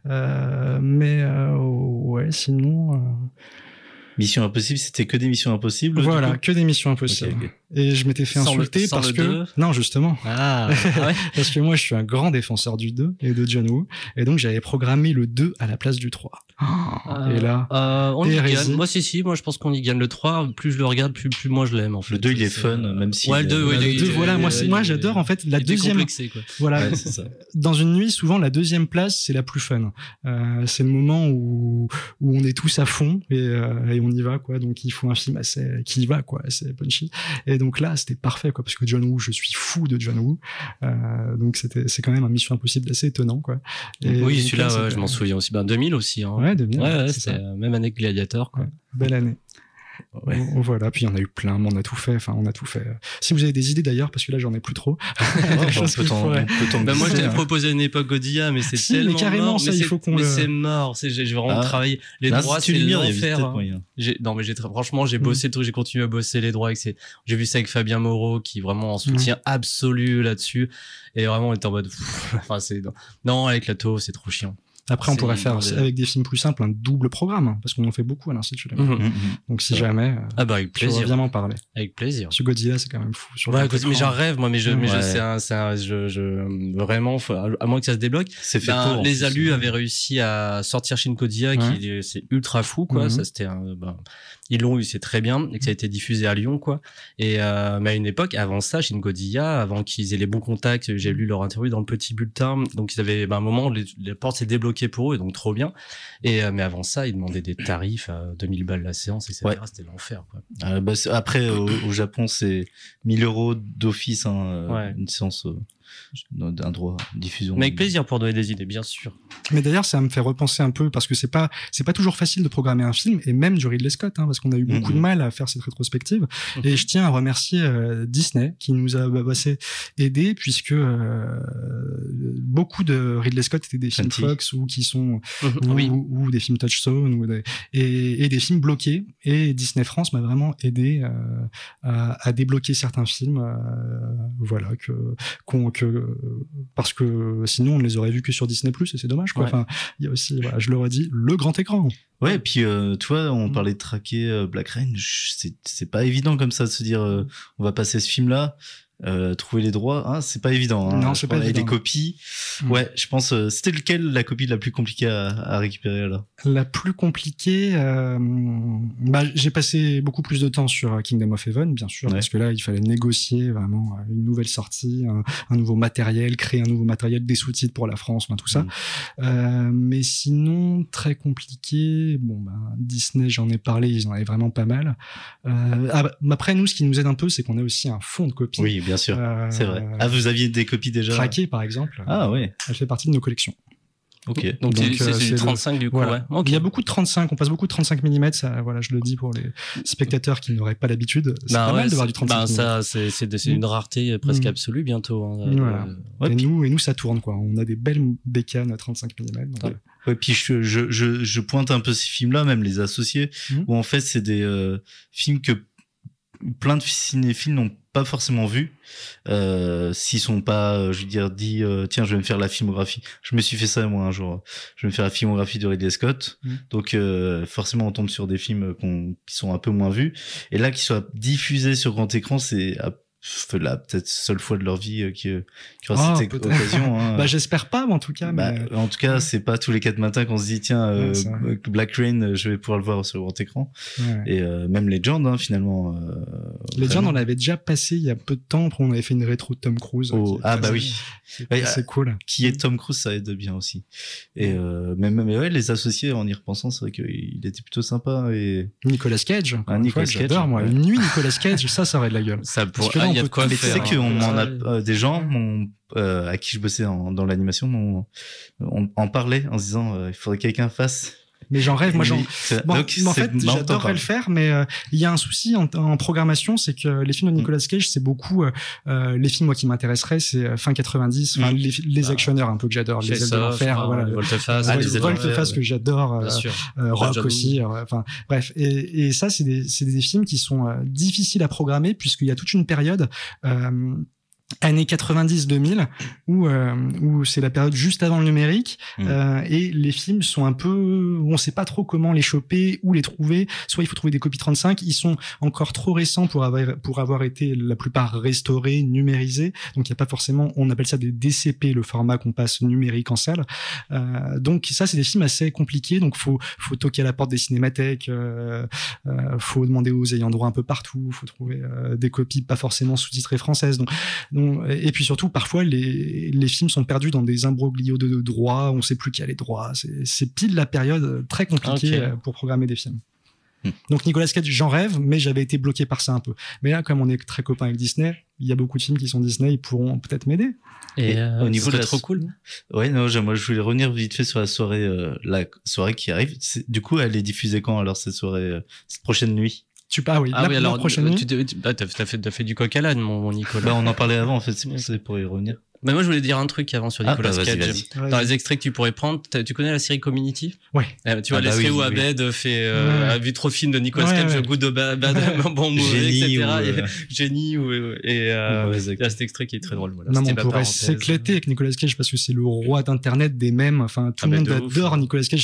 Ouais sinon Mission Impossible, c'était que des missions impossibles. du voilà coup que des Missions Impossibles. Ok, ok. Et je m'étais fait Sans le- insulter sans parce le que 2? non justement. Ah, ouais. Parce que moi, je suis un grand défenseur du 2 et de John Woo. Et donc, j'avais programmé le 2 à la place du 3. Et là, On y Hérésie. gagne. Moi, si, moi, je pense qu'on y gagne. Le 3, plus je le regarde, plus moi je l'aime, en fait. Le 2, il est C'est, fun, même si. Ouais, le 2, le ouais, 2, voilà, moi, il- moi, j'adore, en fait, la il est deuxième. décomplexé, quoi. Voilà. Ouais, c'est ça. Dans une nuit, souvent, la deuxième place, c'est la plus fun. C'est le moment où on est tous à fond et on y va, quoi. Donc, il faut un film qui y va, quoi. C'est punchy. Et donc là, c'était parfait, quoi. Parce que John Woo, je suis fou de John Woo. Donc, c'est quand même un Mission Impossible assez étonnant, quoi. Et Oui, donc, celui-là, là, ouais, c'était- je m'en souviens aussi. 2000 aussi, hein. Ouais, 2000. Ouais, c'est c'était ça. la même année que Gladiator, quoi. Belle année. Ouais. Voilà, puis il y en a eu plein, mais on a tout fait. Enfin, on a tout fait. Si vous avez des idées d'ailleurs, parce que là, j'en ai plus trop. On choses peut qu'il t'en faudrait. Bah, moi, je t'avais Ouais. proposé à une époque Godilla, mais c'est Si, mais tellement carrément, mort. ça, mais il c'est- faut qu'on mais le- c'est mort. J'ai vraiment Ah. travaillé. Les droits, c'est Lumière, il y a l'enfer. peut-être hein. moyen. Non, mais franchement, j'ai bossé le truc, j'ai continué à bosser les droits avec j'ai vu ça avec Fabien Moreau, qui est vraiment en soutien absolu là-dessus. Et vraiment, on était en mode, enfin, non, avec la taupe, c'est trop chiant. Après, on C'est pourrait faire bordel. avec des films plus simples un double programme, hein, parce qu'on en fait beaucoup à l'Institut. Mhm. Mhm. Donc, si jamais, Ah, bah, avec tu vas plaisir. bien m'en parler. Avec plaisir. Ce Godzilla, c'est quand même fou. Sur le Ouais, grand mais écran. j'en rêve, moi, mais je, Ouais. vraiment, à moins que ça se débloque. C'est fait Ben, pour. en les plus. Alus avaient réussi à sortir Shin Godzilla, c'est ultra fou, quoi. Mhm. Ça, c'était ils l'ont eu, c'est très bien, et que ça a été diffusé à Lyon, quoi. Et, mais à une époque, avant ça, Shin Godzilla, avant qu'ils aient les bons contacts, j'ai lu leur interview dans le petit bulletin, donc ils avaient, un moment, les portes s'est débloquées pour eux, et donc trop bien. Et, mais avant ça, ils demandaient des tarifs à 2000 balles la séance, etc. Ouais. C'était l'enfer, quoi. Bah, après, au Japon, c'est 1000 € d'office, hein, Ouais. une séance d'un droit diffusion. Mais avec plaisir pour donner des idées, bien sûr. Mais d'ailleurs, ça me fait repenser un peu parce que c'est pas toujours facile de programmer un film et même du Ridley Scott, hein, parce qu'on a eu beaucoup de mal à faire cette rétrospective. Et je tiens à remercier Disney qui nous a assez aidés puisque beaucoup de Ridley Scott étaient des films Gentil. Fox ou qui sont Oui. ou des films Touchstone et des films bloqués. Et Disney France m'a vraiment aidé à débloquer certains films, voilà parce que sinon on ne les aurait vus que sur Disney+, et c'est dommage, quoi. Ouais. Enfin, il y a aussi, voilà, je le redis, le grand écran. Ouais, et puis tu vois, on parlait de traquer Black Rain, c'est pas évident comme ça de se dire on va passer ce film-là, trouver les droits, hein, c'est pas évident. Hein. Non, c'est pas Et des évident. copies. Ouais, je pense c'était lequel la copie la plus compliquée à récupérer là? La plus compliquée, j'ai passé beaucoup plus de temps sur Kingdom of Heaven, bien sûr, Ouais. parce que là, il fallait négocier vraiment une nouvelle sortie, un nouveau matériel, créer un nouveau matériel, des sous-titres pour la France, tout ça. Mais sinon, très compliqué. Disney, j'en ai parlé, ils en avaient vraiment pas mal. Après, nous, ce qui nous aide un peu, c'est qu'on a aussi un fonds de copies. Oui, bien sûr, c'est vrai. Ah, vous aviez des copies déjà? Traqué, par exemple. Ah ouais. Elle fait partie de nos collections. Ok. Donc, Donc, c'est c'est du le- 35 du coup, Voilà. ouais. Ok. Il y a beaucoup de 35, on passe beaucoup de 35 mm, ça, voilà, je le dis pour les spectateurs qui n'auraient pas l'habitude. C'est pas mal de voir du 35 mm. ça, c'est une rareté presque Mm. absolue bientôt. Hein. Voilà. Ouais, et, puis- nous, ça tourne, quoi. On a des belles bécanes à 35 mm. Donc, Ouais. Ouais, puis je pointe un peu ces films-là, même les associés, où en fait c'est des films que plein de cinéphiles n'ont pas forcément vus, s'ils sont pas, je veux dire, dit tiens, je vais me faire la filmographie. Je me suis fait ça moi un jour. Je vais me faire la filmographie de Ridley Scott. Donc forcément on tombe sur des films qui sont un peu moins vus. Et là, qu'ils soient diffusés sur grand écran, c'est la peut-être seule fois de leur vie qui aura cette peut-être. occasion. Hein. j'espère pas, mais en tout cas. Bah, mais... en tout cas, c'est pas tous les 4 matins qu'on se dit tiens, Ouais, c'est vrai. Black Rain, je vais pouvoir le voir sur le grand écran. Ouais. Et même Legend, hein, finalement. Legend, vraiment. on l'avait déjà passé il y a peu de temps, après on avait fait une rétro de Tom Cruise. Oh, qui est ah bah assez- oui. C'est Ouais, assez cool. Qui est Tom Cruise, ça aide bien aussi. Et même ouais, les associés, en y repensant, c'est vrai qu'il était plutôt sympa. Et Nicolas Cage. encore une Nicolas fois, Cage, j'adore, moi. ouais. Une nuit Nicolas Cage, ça aurait de la gueule. Ça Parce pour que là, il y a on de peut- quoi mais tu faire. sais qu'on en a Ouais. des gens à qui je bossais dans l'animation, on parlait en se disant il faudrait que quelqu'un fasse mais j'en rêve. Moi, Oui, c'est- Bon, donc, mais en c'est fait, marrant j'adorerais t'en le faire, mais il y a un souci en programmation, c'est que les films de Nicolas Cage, c'est beaucoup les films moi qui m'intéresseraient, c'est fin 90, enfin les actionneurs un peu que j'adore, les ailes de l'enfer, voilà, Volte-Face, Ah, les ailes de l'enfer, Volte-Face que j'adore, bien sûr. Rock John aussi, enfin bref, et ça c'est des films qui sont difficiles à programmer puisqu'il y a toute une période années 90-2000 où c'est la période juste avant le numérique et les films sont un peu, on sait pas trop comment les choper, où les trouver, soit il faut trouver des copies 35, ils sont encore trop récents pour avoir été la plupart restaurés, numérisés, donc il y a pas forcément, on appelle ça des DCP, le format qu'on passe numérique en salle, donc ça c'est des films assez compliqués, donc faut toquer à la porte des cinémathèques, faut demander aux ayants droit un peu partout, faut trouver des copies pas forcément sous-titrées françaises, donc et puis surtout parfois les films sont perdus dans des imbroglios de droits, on sait plus qui a les droits, c'est pile la période très compliquée pour programmer des films. Donc Nicolas Cage, j'en rêve, mais j'avais été bloqué par ça un peu. Mais là, comme on est très copains avec Disney, il y a beaucoup de films qui sont Disney, ils pourront peut-être m'aider. Et au niveau de la trop cool. Ouais, non, moi je voulais revenir vite fait sur la soirée qui arrive. Du coup, elle est diffusée quand alors cette soirée, cette prochaine nuit? La prochaine nuit. T'as fait du coq à l'âne, mon Nicolas. Bah, on en parlait avant, en fait, c'est pour y revenir. Mais moi, je voulais dire un truc avant sur Nicolas Cage. Vas-y. Dans les extraits que tu pourrais prendre, tu connais la série Community? Ouais. Tu vois, l'extrait où Abed a vu trop de films de Nicolas Cage, Good, Bad, Bon, Mauvais, etc. Génie, et il y a cet extrait qui est très drôle. Voilà. Non, on pourrait s'éclater avec Nicolas Cage parce que c'est le roi d'internet des mèmes. Enfin, tout le monde adore Nicolas Cage.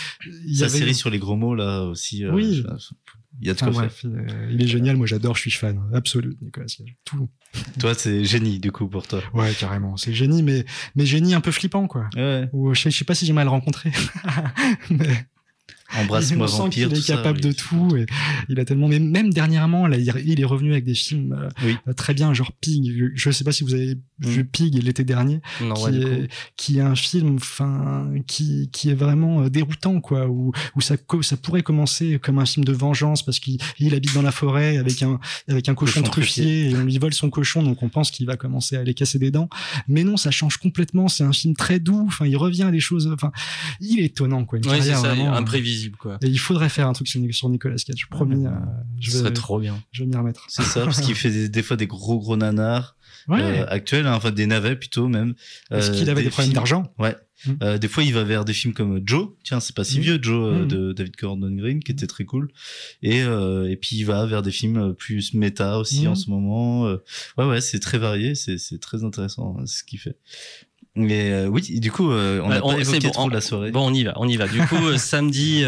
Sa série sur les gros mots, là, aussi. Oui. Il y a de quoi faire. Il est génial. Moi, j'adore. Je suis fan absolu de Nicolas Cage. Tout. Toi, c'est génie, du coup, pour toi. Ouais, carrément. C'est génie, mais génie un peu flippant, quoi. Ouais. Ou je sais pas si j'aimerais le rencontrer. Mais Embrasse-moi vampire. Il est capable de tout. Et il a tellement. Mais même dernièrement, là, il est revenu avec des films très bien, genre Pig. Je sais pas si vous avez vu Pig l'été dernier, qui est un film, enfin, qui est vraiment déroutant, quoi. Où ça pourrait commencer comme un film de vengeance parce qu'il habite dans la forêt avec un cochon truffier et on lui vole son cochon, donc on pense qu'il va commencer à aller casser des dents. Mais non, ça change complètement. C'est un film très doux. Enfin, il revient à des choses. Enfin, il est étonnant, quoi. Ouais, c'est ça, vraiment imprévisible, quoi. Et il faudrait faire un truc sur Nicolas Cage. Promis, ce serait trop bien. Je vais m'y remettre. C'est ça, parce qu'il fait des fois des gros nanars actuels, hein, enfin des navets plutôt même. Est-ce qu'il avait des problèmes d'argent? Ouais. Des fois, il va vers des films comme Joe. Tiens, c'est pas si vieux, Joe, de David Gordon Green, qui était très cool. Et puis il va vers des films plus méta aussi en ce moment. Ouais, c'est très varié, c'est très intéressant ce qu'il fait. Mais oui, du coup, on n'a pas évoqué trop la soirée. Bon, on y va. Du coup, samedi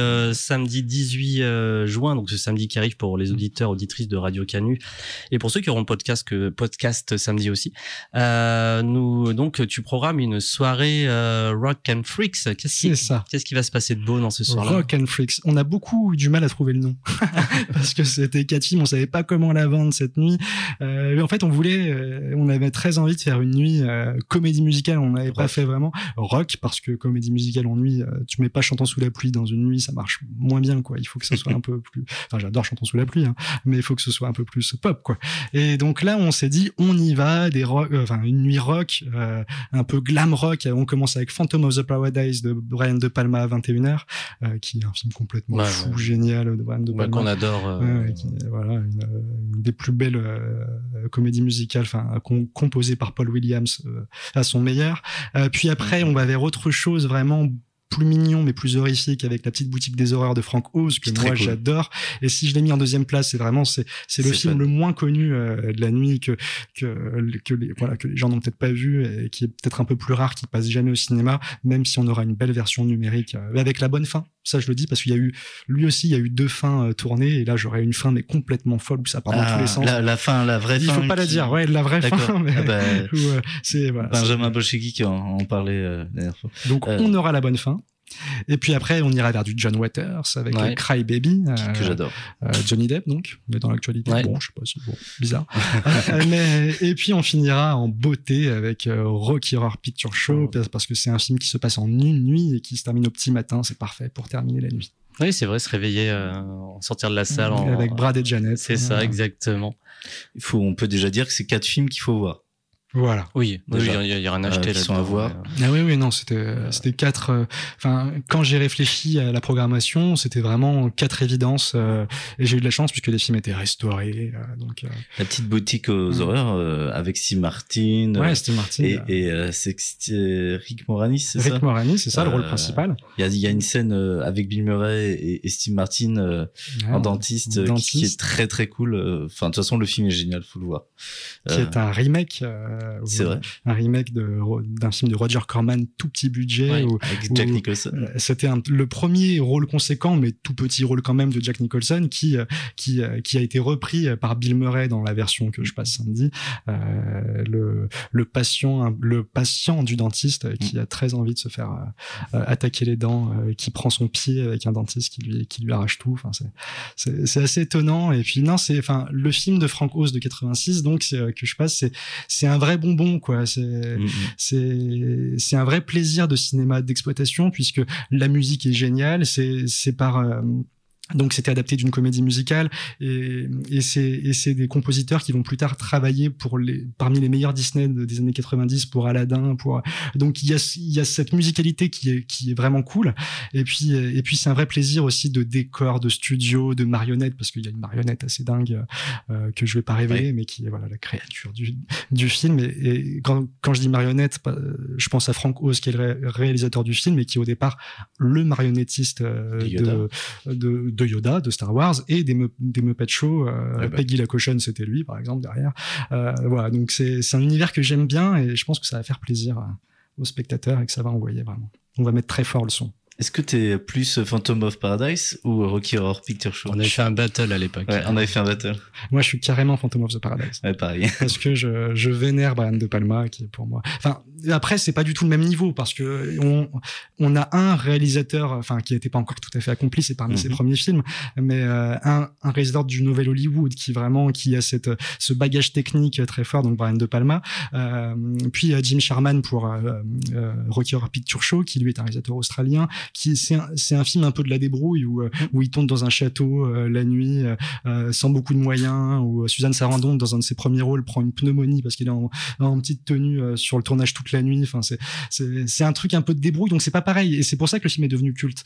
18 juin, donc ce samedi qui arrive pour les auditeurs, auditrices de Radio Canu, et pour ceux qui auront le podcast samedi aussi, tu programmes une soirée Rock and Freaks. Qu'est-ce qui va se passer de beau dans ce soir-là? Rock and Freaks. On a beaucoup eu du mal à trouver le nom parce que c'était 4 films, on savait pas comment la vendre cette nuit. En fait, on avait très envie de faire une nuit comédie musicale. On n'avait pas fait vraiment rock parce que comédie musicale en nuit, tu mets pas Chantons sous la pluie dans une nuit, ça marche moins bien, quoi. Il faut que ça soit un peu plus, enfin, j'adore Chantons sous la pluie, hein, mais il faut que ce soit un peu plus pop, quoi. Et donc là, on s'est dit, on y va, une nuit rock, un peu glam rock. On commence avec Phantom of the Paradise de Brian De Palma à 21h, qui est un film complètement fou, génial de Brian De Palma. Qu'on adore. Voilà, une des plus belles comédies musicales, enfin, composées par Paul Williams à son meilleur. Puis après, on va vers autre chose vraiment plus mignon mais plus horrifique avec La petite boutique des horreurs de Frank Oz que moi j'adore, et si je l'ai mis en deuxième place, c'est le film le moins connu de la nuit que les gens n'ont peut-être pas vu et qui est peut-être un peu plus rare, qui passe jamais au cinéma, même si on aura une belle version numérique avec la bonne fin. Ça, je le dis parce qu'il y a eu, lui aussi, il y a eu 2 fins tournées, et là, j'aurais une fin mais complètement folle où ça part dans tous les sens. La fin, la vraie fin. Il faut pas la dire, la vraie fin. Mais c'est Benjamin Bolshevik qui en parlait la dernière fois. Donc, on aura la bonne fin. Et puis après, on ira vers du John Waters avec Cry Baby, que j'adore. Johnny Depp, donc, mais dans l'actualité. Bon, je sais pas si bizarre. Et puis on finira en beauté avec Rocky Horror Picture Show, parce que c'est un film qui se passe en une nuit et qui se termine au petit matin. C'est parfait pour terminer la nuit. Oui, c'est vrai, se réveiller, sortir de la salle. Avec Brad et Janet. C'est ça, exactement. On peut déjà dire que c'est 4 films qu'il faut voir. Voilà. Oui, Déjà. il y a rien à acheter qui sont à là-dedans. voir. Ah oui, non, c'était 4. Enfin, quand j'ai réfléchi à la programmation, c'était vraiment 4 évidences. Et j'ai eu de la chance puisque les films étaient restaurés. Donc, La petite boutique aux horreurs avec Steve Martin. ouais, Steve Martin. C'est Rick Moranis, c'est ça? Rick Moranis, c'est ça le rôle principal. Il y a une scène avec Bill Murray et Steve Martin Ouais, en dentiste, qui est très très cool. Enfin, de toute façon, le film est génial, faut le voir. Qui est un remake. C'est vrai. Un remake d'un film de Roger Corman, tout petit budget. Ouais, Avec Jack Nicholson. C'était le premier rôle conséquent, mais tout petit rôle quand même de Jack Nicholson, qui a été repris par Bill Murray dans la version que je passe samedi. Le patient du dentiste qui a très envie de se faire attaquer les dents, qui prend son pied avec un dentiste qui lui arrache tout. Enfin, c'est assez étonnant. Et puis non, le film de Frank Oz de 86, donc que je passe, c'est un vrai bonbon, quoi. C'est un vrai plaisir de cinéma d'exploitation puisque la musique est géniale. Donc c'était adapté d'une comédie musicale et c'est des compositeurs qui vont plus tard travailler parmi les meilleurs Disney des années 90 pour Aladdin, donc il y a cette musicalité qui est vraiment cool et puis c'est un vrai plaisir aussi de décor, de studio, de marionnettes parce qu'il y a une marionnette assez dingue que je vais pas révéler mais qui est voilà la créature du film et quand je dis marionnette je pense à Frank Oz qui est le réalisateur du film et qui est au départ le marionnettiste de Yoda, de Star Wars et des Muppet Show. Peggy la cochonne, c'était lui, par exemple, derrière. Voilà, donc c'est un univers que j'aime bien et je pense que ça va faire plaisir aux spectateurs et que ça va envoyer vraiment. On va mettre très fort le son. Est-ce que t'es plus Phantom of Paradise ou Rocky Horror Picture Show? On avait fait un battle à l'époque. Ouais, on avait fait un battle. Moi, je suis carrément Phantom of the Paradise. Ouais, pareil. Parce que je vénère Brian De Palma, qui est pour moi. Enfin, après, c'est pas du tout le même niveau parce que on a un réalisateur, enfin, qui n'était pas encore tout à fait accompli, c'est parmi ses premiers films, mais un réalisateur du Nouvel Hollywood qui a ce bagage technique très fort, donc Brian De Palma. Puis Jim Sharman pour Rocky Horror Picture Show, qui lui est un réalisateur australien. C'est un film un peu de la débrouille où il tourne dans un château la nuit sans beaucoup de moyens, où Suzanne Sarandon dans un de ses premiers rôles prend une pneumonie parce qu'il est en petite tenue sur le tournage toute la nuit. Enfin, c'est un truc un peu de débrouille, donc c'est pas pareil et c'est pour ça que le film est devenu culte.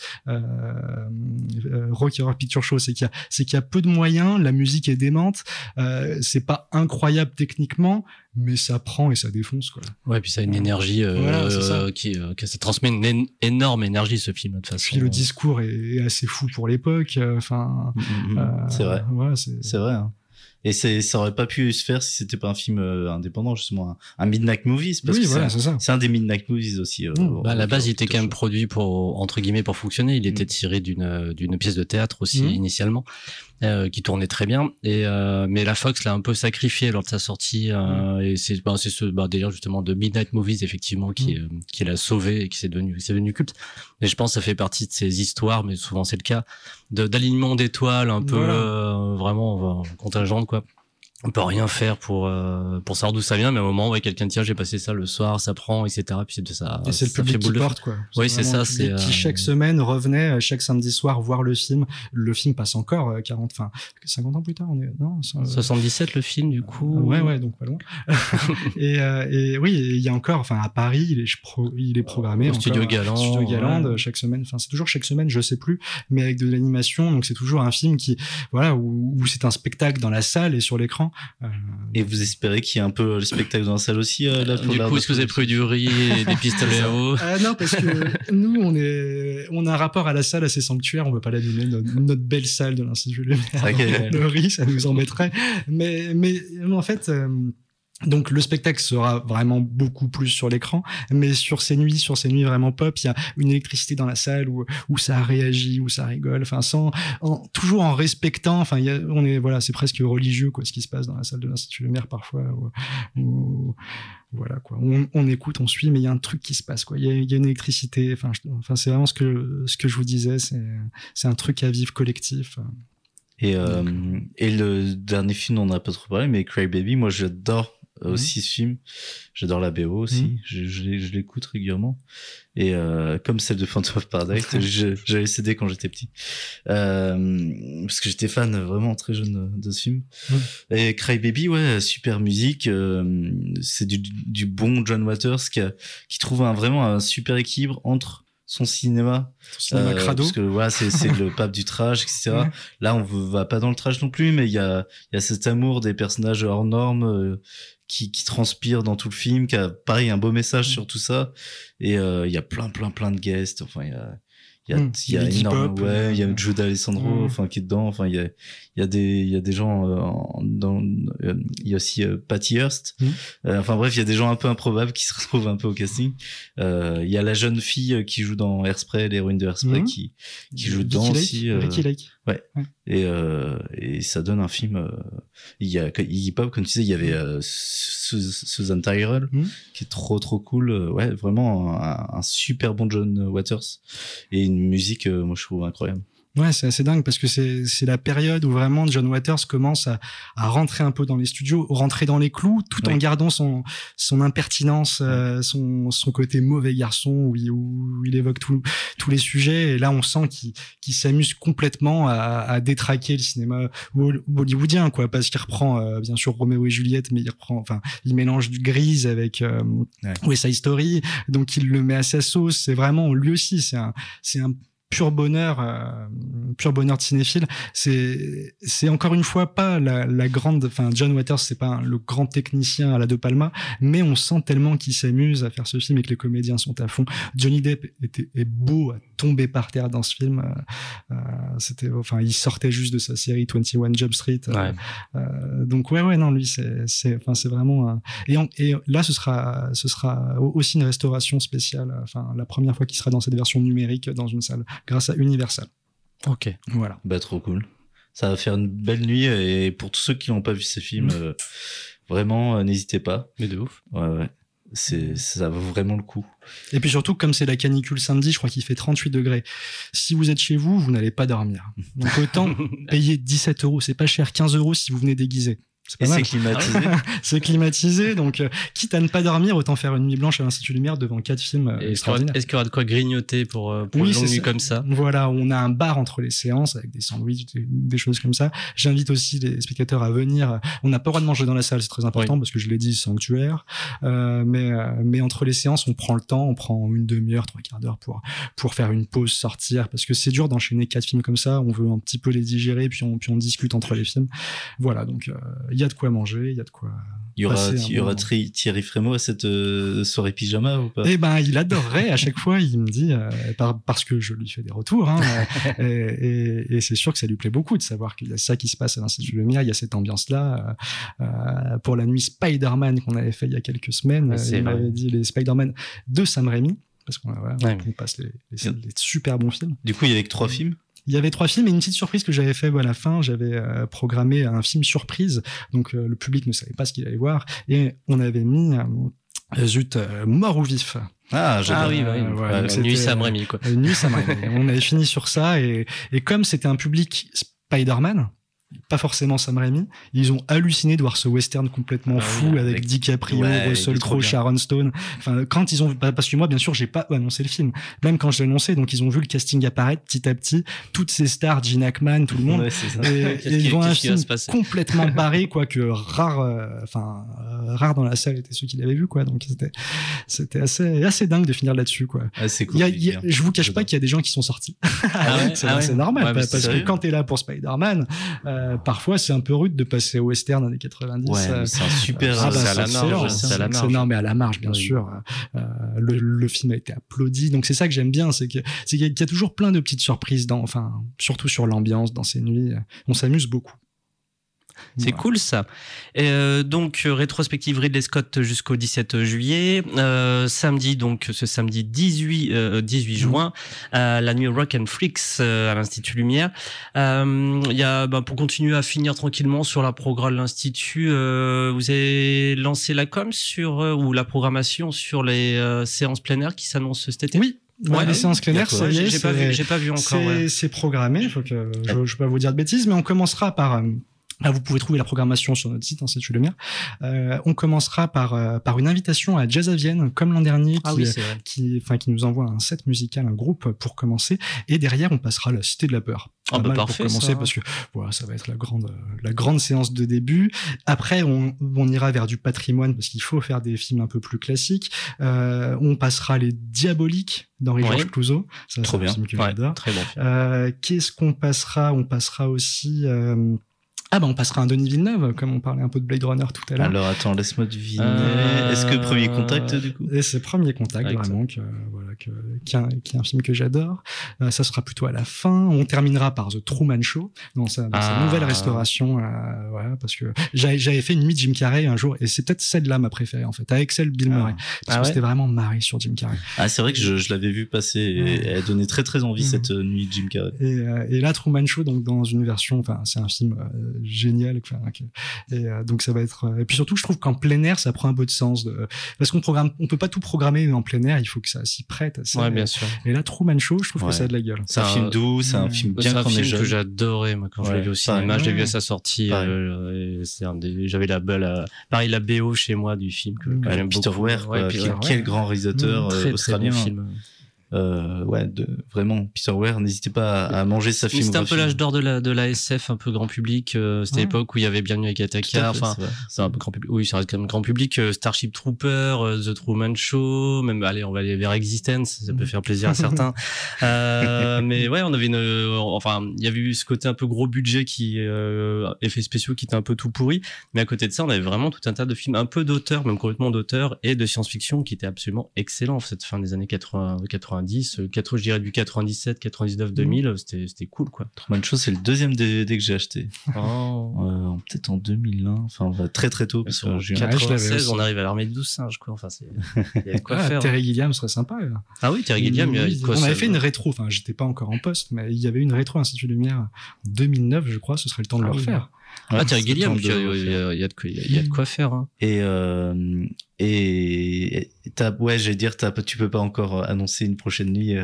Rocky Horror Picture Show, c'est qu'il y a peu de moyens, la musique est démente, c'est pas incroyable techniquement, mais ça prend et ça défonce, quoi. Ouais, puis ça a une énergie voilà, ça transmet une énorme énergie, ce film, de toute façon. Puis le discours est assez fou pour l'époque. Enfin, c'est vrai. Ouais, c'est vrai. Hein. Et ça aurait pas pu se faire si c'était pas un film indépendant, justement, un Midnight Movies, parce que voilà, c'est un des Midnight Movies aussi. À la base, il était quand même produit pour, entre guillemets, pour fonctionner. Il était tiré d'une pièce de théâtre aussi, initialement, qui tournait très bien. Mais la Fox l'a un peu sacrifié lors de sa sortie, et c'est ce délire, justement, de Midnight Movies, effectivement, qui l'a sauvé et qui c'est devenu culte. Et je pense que ça fait partie de ces histoires, mais souvent c'est le cas, d'alignement d'étoiles un peu, vraiment, contingente, quoi. On peut rien faire pour savoir d'où ça vient, mais à un moment, quelqu'un dit, j'ai passé ça le soir, ça prend, etc. Puis ça. Et c'est le public qui porte, quoi. Oui, c'est ça. C'est qui chaque semaine revenait chaque samedi soir voir le film. Le film passe encore 50 ans plus tard. 77 le film, du coup. Ouais, donc pas loin. et oui, il y a encore, à Paris, il est programmé. Au Studio Galand. Chaque semaine. Enfin, c'est toujours chaque semaine, je sais plus, mais avec de l'animation. Donc c'est toujours un film où c'est un spectacle dans la salle et sur l'écran. Et vous espérez qu'il y ait un peu le spectacle dans la salle aussi du coup, est-ce que vous avez pris du riz et des pistolets à eau? Non, parce que nous, on a un rapport à la salle assez sanctuaire. On veut pas l'abîmer, notre belle salle de l'Institut Lumière. Le riz, ça nous embêterait. Mais en fait... Donc le spectacle sera vraiment beaucoup plus sur l'écran, mais sur ces nuits vraiment pop, il y a une électricité dans la salle où ça réagit, où ça rigole, toujours en respectant. C'est presque religieux, quoi, ce qui se passe dans la salle de l'Institut Lumière parfois. Voilà, quoi. On écoute, on suit, mais il y a un truc qui se passe, quoi. Il y a une électricité. C'est vraiment ce que je vous disais. C'est un truc à vivre collectif. Et le dernier film, on n'a pas trop parlé, mais Cry Baby, moi j'adore aussi ce film. J'adore la BO aussi. Je l'écoute régulièrement. Et comme celle de Phantom of Paradise, j'avais le CD quand j'étais petit. Parce que j'étais fan vraiment très jeune de ce film. Et Cry Baby, ouais, super musique. C'est du bon John Waters qui trouve vraiment un super équilibre entre son cinéma crado, parce que voilà, c'est le pape du trash, etc. Là on va pas dans le trash non plus, mais il y a cet amour des personnages hors normes qui transpire dans tout le film, qui a pareil un beau message sur tout ça. Et il y a plein de guests, enfin il y a énormément, il y a Jude Alessandro enfin qui est dedans, enfin il y a des gens il y a aussi Patty Hearst, enfin bref, il y a des gens un peu improbables qui se retrouvent un peu au casting. Il y a la jeune fille qui joue dans Hairspray, l'héroïne de Hairspray, qui joue dedans aussi, Ricky Lake. Ouais. Et ça donne un film. Il y a Iggy Pop, comme tu disais, il y avait Susan Tyrrell, qui est trop cool. Ouais, vraiment un super bon John Waters et une musique, moi je trouve incroyable. Ouais, c'est assez dingue parce que c'est la période où vraiment John Waters commence à rentrer un peu dans les studios, rentrer dans les clous, tout en gardant son impertinence, son côté mauvais garçon où il évoque tous les sujets. Et là, on sent qu'il s'amuse complètement à détraquer le cinéma hollywoodien, quoi, parce qu'il reprend bien sûr Roméo et Juliette, mais il mélange du Grease avec West Side Story, donc il le met à sa sauce. C'est vraiment lui aussi, c'est un pur bonheur de cinéphile. C'est encore une fois pas la grande, enfin John Waters, c'est pas le grand technicien à la De Palma, mais on sent tellement qu'il s'amuse à faire ce film et que les comédiens sont à fond. Johnny Depp est beau à tomber par terre dans ce film. Il sortait juste de sa série 21 Jump Street. Donc non, lui c'est vraiment et là ce sera aussi une restauration spéciale, la première fois qu'il sera dans cette version numérique dans une salle grâce à Universal. Ok. Voilà. Bah trop cool. Ça va faire une belle nuit, et pour tous ceux qui n'ont pas vu ces films, vraiment n'hésitez pas. Mais de ouf. Ouais. Ça vaut vraiment le coup. Et puis surtout, comme c'est la canicule samedi, je crois qu'il fait 38 degrés. Si vous êtes chez vous, vous n'allez pas dormir. Donc autant payer 17 €. C'est pas cher, 15 € si vous venez déguisé. C'est climatisé. C'est climatisé, donc quitte à ne pas dormir, autant faire une nuit blanche à l'Institut Lumière devant 4 films extraordinaires. Est-ce qu'il y aura de quoi grignoter pour une longue nuit comme ça? Voilà, on a un bar entre les séances avec des sandwichs, des choses comme ça. J'invite aussi les spectateurs à venir. On n'a pas le droit de manger dans la salle, c'est très important parce que je l'ai dit, sanctuaire. Mais entre les séances, on prend le temps, on prend une demi-heure, 3/4 d'heure pour faire une pause, sortir, parce que c'est dur d'enchaîner 4 films comme ça. On veut un petit peu les digérer, puis on discute entre les films. Voilà, donc il y a de quoi manger, il y a de quoi. Il y aura Thierry Frémaux à cette soirée pyjama ou pas? Eh ben, il adorerait. À chaque fois, il me dit parce que je lui fais des retours, et c'est sûr que ça lui plaît beaucoup de savoir qu'il y a ça qui se passe à l'Institut Lumière. Il y a cette ambiance-là. Pour la nuit Spider-Man qu'on avait fait il y a quelques semaines, il m'avait dit les Spider-Man de Sam Raimi, parce qu'on passe les super bons films. Du coup, il y avait que 3 films. Il y avait 3 films et une petite surprise que j'avais fait à la fin. J'avais programmé un film surprise, donc le public ne savait pas ce qu'il allait voir, et on avait mis Mort ou Vif. Ah, j'adore. Nuit Sam Raimi, quoi. Nuit Sam Raimi. On avait fini sur ça, et comme c'était un public Spider-Man, pas forcément Sam Raimi, ils ont halluciné de voir ce western complètement fou avec DiCaprio, Russell Crowe, Sharon Stone. Enfin, quand ils ont, parce que moi, bien sûr, j'ai pas annoncé le film. Même quand je l'ai annoncé, donc ils ont vu le casting apparaître petit à petit, toutes ces stars, Gene Hackman, tout le monde. Et ils vont un film complètement barré, quoi, que rare dans la salle étaient ceux qui l'avaient vu, quoi. Donc c'était assez dingue de finir là-dessus, quoi. C'est cool. Je vous cache pas qu'il y a des gens qui sont sortis. C'est normal, parce que quand t'es là pour Spider-Man, parfois c'est un peu rude de passer au western années 90. C'est un super. C'est à la marge. Non, mais à la marge, bien sûr. Le film a été applaudi, donc c'est ça que j'aime bien, c'est qu'il y a toujours plein de petites surprises surtout sur l'ambiance dans ces nuits. On s'amuse beaucoup. C'est cool ça. Donc rétrospective Ridley Scott jusqu'au 17 juillet. Samedi, donc ce samedi 18 juin, la nuit Rock and Freaks à l'Institut Lumière. Il y a, pour continuer à finir tranquillement sur la programme de l'Institut, vous avez lancé la com ou la programmation sur les séances plein air qui s'annoncent cet été. Oui. Les séances plein air, ça y est. J'ai pas vu encore. C'est programmé. Faut que je vais pas vous dire de bêtises, mais on commencera par Vous pouvez trouver la programmation sur notre site Institut Lumière. On commencera par une invitation à Jazz à Vienne, comme l'an dernier, qui nous envoie un set musical, un groupe pour commencer. Et derrière, on passera à la Cité de la Peur. Parfait, pour commencer, ça. Parce que voilà, ça va être la grande séance de début. Après, on ira vers du patrimoine parce qu'il faut faire des films un peu plus classiques. On passera les Diaboliques d'Henri-Georges Clouzot. Ça, Trop bien. C'est un film que j'adore. Très bon film. Qu'est-ce qu'on passera? On passera aussi... on passera un Denis Villeneuve, comme on parlait un peu de Blade Runner tout à l'heure. Alors attends, laisse-moi deviner. Est-ce que Premier Contact du coup? Et c'est Premier Contact, vraiment, qui est un film que j'adore. Ça sera plutôt à la fin. On terminera par The Truman Show, dans sa nouvelle restauration. Parce que j'avais fait une nuit de Jim Carrey un jour, et c'est peut-être celle-là ma préférée en fait, avec celle de Bill Murray, parce que c'était vraiment marré sur Jim Carrey. C'est vrai que je l'avais vu passer, et elle donnait très très envie cette nuit de Jim Carrey. Et là, Truman Show, donc dans une version, c'est un film génial, donc ça va être. Et puis surtout, je trouve qu'en plein air, ça prend un peu de sens, parce on peut pas tout programmer en plein air. Il faut que ça s'y prête. Bien sûr. Et là, Truman Show, je trouve que ça a de la gueule. C'est un film doux, c'est un film bien quand on est jeune. C'est un film que j'adorais, moi, quand je l'ai vu au cinéma. Je l'ai vu à sa sortie. J'avais la BO chez moi du film que j'aime beaucoup. Peter Weir, quel grand réalisateur australien. Très bon film. Vraiment, Peter Weir, n'hésitez pas à manger sa filmographie. C'était un peu l'âge d'or de la SF, un peu grand public. C'était l'époque où il y avait Bienvenue à Gattaca. C'est un peu grand public. Oui, ça reste quand même grand public. Starship Trooper, The Truman Show, même, allez, on va aller vers Existence. Ça peut faire plaisir à certains. Mais ouais, on avait il y avait eu ce côté un peu gros budget effets spéciaux qui étaient un peu tout pourris. Mais à côté de ça, on avait vraiment tout un tas de films un peu d'auteur, même complètement d'auteur, et de science-fiction qui étaient absolument excellents. Cette fin des années 90, je dirais du 97, 99, 2000, c'était cool, quoi. Truman Show, c'est le deuxième DVD que j'ai acheté. Peut-être en 2001, enfin, très très tôt. Parce que 96, on arrive à l'armée de 12 singes, quoi. Enfin, il y a de quoi faire. Terry Gilliam serait sympa. Là. Ah oui, Terry Gilliam, il y a de quoi. On avait fait une rétro, enfin, j'étais pas encore en poste, mais il y avait une rétro Institut Lumière en 2009, je crois, ce serait le temps de le refaire. Terry Gilliam, il y a de quoi faire. Hein. J'allais dire, tu peux pas encore annoncer une prochaine nuit.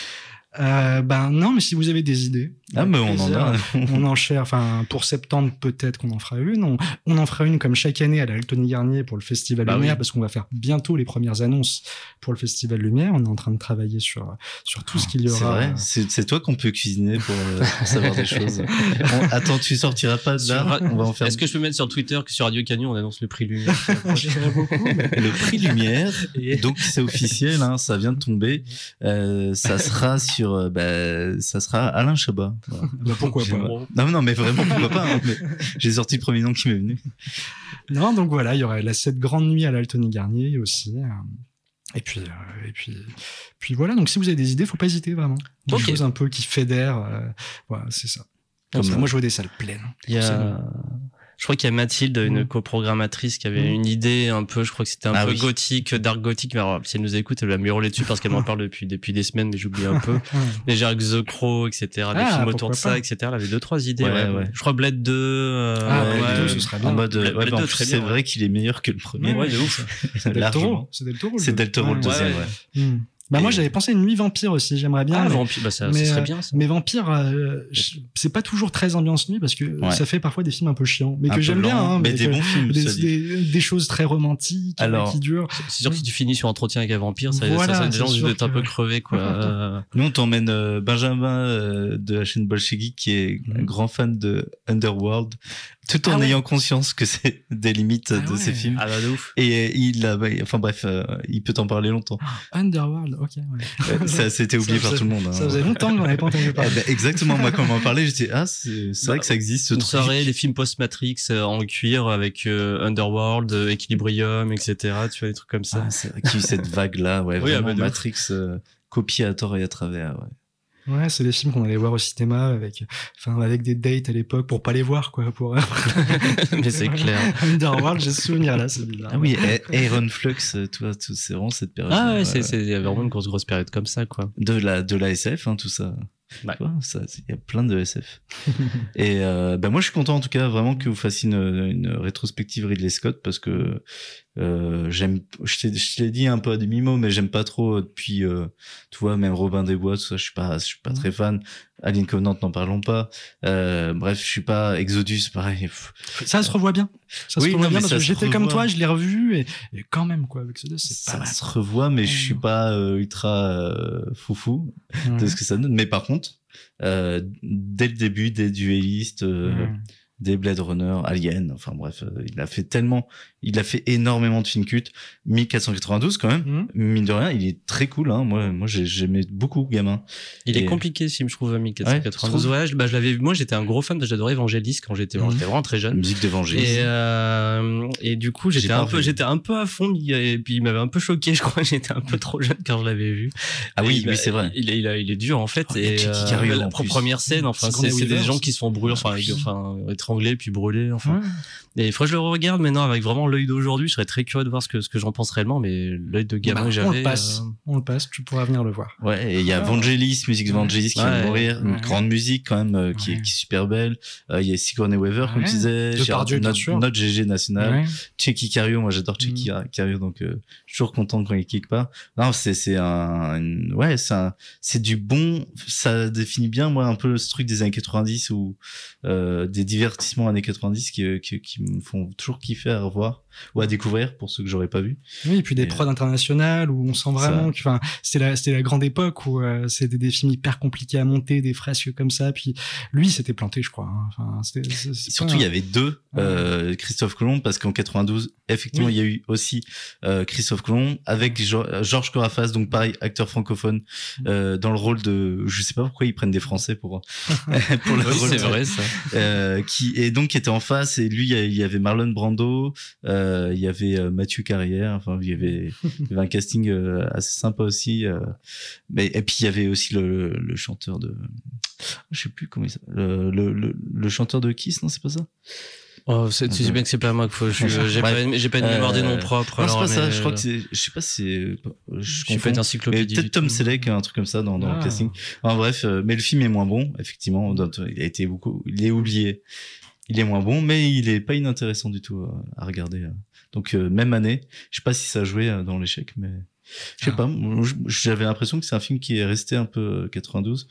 Non, mais si vous avez des idées. Mais on en a. On en cherche. Enfin, pour septembre, peut-être qu'on en fera une. On en fera une comme chaque année à la Altony Garnier pour le Festival Lumière, parce qu'on va faire bientôt les premières annonces pour le Festival Lumière. On est en train de travailler sur tout ce qu'il y aura. C'est vrai. C'est toi qu'on peut cuisiner pour savoir des choses. Attends, tu sortiras pas de là. On va en faire. Est-ce que je peux mettre sur Twitter que sur Radio Canyon on annonce le prix Lumière? Le prix Lumière. Donc c'est officiel, hein, ça vient de tomber. Ça sera ça sera Alain Chabat. Voilà. Pourquoi pas? Non, mais vraiment, pourquoi pas, hein, mais j'ai sorti le premier nom qui m'est venu. Non, donc voilà, il y aurait cette grande nuit à l'Altony Garnier aussi. Et puis voilà, donc si vous avez des idées, faut pas hésiter vraiment. Des choses un peu qui fédèrent. Voilà, c'est ça. Moi, je vois des salles pleines. Je crois qu'il y a Mathilde, une coprogrammatrice, qui avait une idée un peu, je crois que c'était un peu gothique, dark gothique. Mais alors, si elle nous écoute, elle va me hurler dessus parce qu'elle m'en parle depuis des semaines, mais j'oublie un peu. Mais genre The Crow, etc., des films autour de ça, etc. Elle avait 2-3 idées. Ouais. Je crois Blade 2. Blade 2, ce serait bien. En mode, en plus, c'est vrai qu'il est meilleur que le premier. Ouais, de ouf. C'est Del Toro. C'est Del Toro le deuxième, moi j'avais pensé à une nuit vampire aussi, j'aimerais bien. Vampire, ça serait bien ça. Mais vampire, c'est pas toujours très ambiance nuit parce que ça fait parfois des films un peu chiants, mais que j'aime bien. Mais des bons films, des choses très romantiques qui durent. C'est sûr que si tu finis sur Entretien avec un vampire, ça des gens d'être un peu crevés, quoi. Nous on t'emmène Benjamin de la chaîne Bolshevik qui est un grand fan de Underworld, tout en ayant conscience que c'est des limites de ces films. De ouf. Et il peut t'en parler longtemps. Underworld, ok. Ça c'était oublié par tout le monde. Ça faisait longtemps qu'on n'avait pas entendu parler. Exactement, moi quand on m'en parlait, j'étais c'est vrai que ça existe. Une soirée, les films post-Matrix en cuir avec Underworld, Equilibrium, etc. Tu vois, des trucs comme ça. C'est vrai qu'il y a eu cette vague-là, vraiment Matrix copié à tort et à travers, Ouais, c'est des films qu'on allait voir au cinéma avec des dates à l'époque pour pas les voir, quoi. Mais c'est clair. Underworld, j'ai ce souvenir là, c'est bizarre. Ah oui, Aeron Flux, c'est vraiment cette période. Il y avait vraiment une grosse période comme ça, quoi. De la SF, tout ça. Ouais. Tu vois, il y a plein de SF. Et moi, je suis content en tout cas vraiment que vous fassiez une rétrospective Ridley Scott parce que je t'ai dit un peu à demi-mot, mais j'aime pas trop depuis, tu vois, même Robin des Bois, tout ça, je suis pas très fan. Alien Covenant, n'en parlons pas. Bref, je suis pas Exodus, pareil. Ça se revoit bien. Ça se Oui, revoit non, bien mais parce ça que se j'étais comme revoit. toi, je l'ai revu et quand même quoi, Exodus, c'est pas Ça mal. se revoit, mais je suis pas ultra foufou de ce que ça donne. Mais par contre, dès le début, des duellistes, des Blade Runner, Alien, enfin bref, il a fait énormément de films cultes. 1492 quand même, mine de rien, il est très cool. Hein. Moi, j'aimais beaucoup gamin. Il est compliqué, ce film, je trouve, 1492. Ouais, je l'avais vu. Moi, j'étais un gros fan, j'adorais Evangelis quand j'étais vraiment très jeune. Musique d'Evangelis. Et du coup, j'étais un peu à fond, et puis il m'avait un peu choqué, je crois. J'étais un peu trop jeune quand je l'avais vu. Ah oui, c'est vrai. Il est dur, en fait. Et la première scène, enfin, c'est des gens qui se font brûler, enfin, étranglés, puis brûlés, enfin. Et il faudrait que je le regarde maintenant avec vraiment l'œil d'aujourd'hui. Je serais très curieux de voir ce que j'en pense réellement, mais l'œil de gamin que j'avais. On le passe, tu pourras venir le voir. Ouais, et il y a Vangelis, musique de Vangelis qui vient de mourir, une grande musique quand même qui est super belle. Il y a Sigourney Weaver, comme tu disais, notre GG national. Checky Cario, moi j'adore Checky Cario, donc je suis toujours content quand il kick pas. Non, c'est du bon, ça définit bien moi un peu ce truc des années 90 ou des divertissements années 90 qui me font toujours kiffer à revoir ou à découvrir pour ceux que j'aurais pas vu. Oui, et puis des prods internationales où on sent vraiment que, enfin, c'était la grande époque où c'était des films hyper compliqués à monter, des fresques comme ça. Puis lui, s'était planté, je crois. Hein. Enfin, surtout, il y avait deux Christophe Colomb parce qu'en 92, effectivement, il y a eu aussi Christophe Colomb avec Georges Corrafas, donc pareil, acteur francophone dans le rôle de, je sais pas pourquoi ils prennent des Français pour le rôle. C'est vrai ça. Qui était en face, et lui, il y avait Marlon Brando. Il y avait Mathieu Carrière, enfin il y avait un casting assez sympa aussi, et puis il y avait aussi le chanteur de, je sais plus comment il s'appelle, le chanteur de Kiss, non c'est pas ça? Oh, tu sais bien que c'est pas moi qu'il faut. J'ai pas une mémoire des noms propres. Non, c'est pas ça. Je crois que c'est. Je sais pas si c'est. Je suis pas une encyclopédie. Peut-être Tom Selleck, un truc comme ça dans le casting. Enfin, bref, mais le film est moins bon. Effectivement, il est oublié. Il est moins bon, mais il est pas inintéressant du tout à regarder. Donc même année. Je sais pas si ça a joué dans l'échec, mais je sais pas. J'avais l'impression que c'est un film qui est resté un peu 92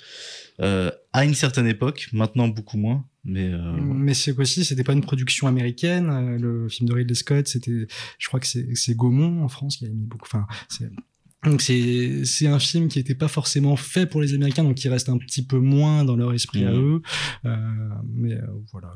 à une certaine époque. Maintenant beaucoup moins. Mais c'est aussi, c'était pas une production américaine. Le film de Ridley Scott, je crois que c'est Gaumont en France qui a mis beaucoup. Enfin, donc c'est un film qui était pas forcément fait pour les Américains, donc qui reste un petit peu moins dans leur esprit à eux. Mais voilà,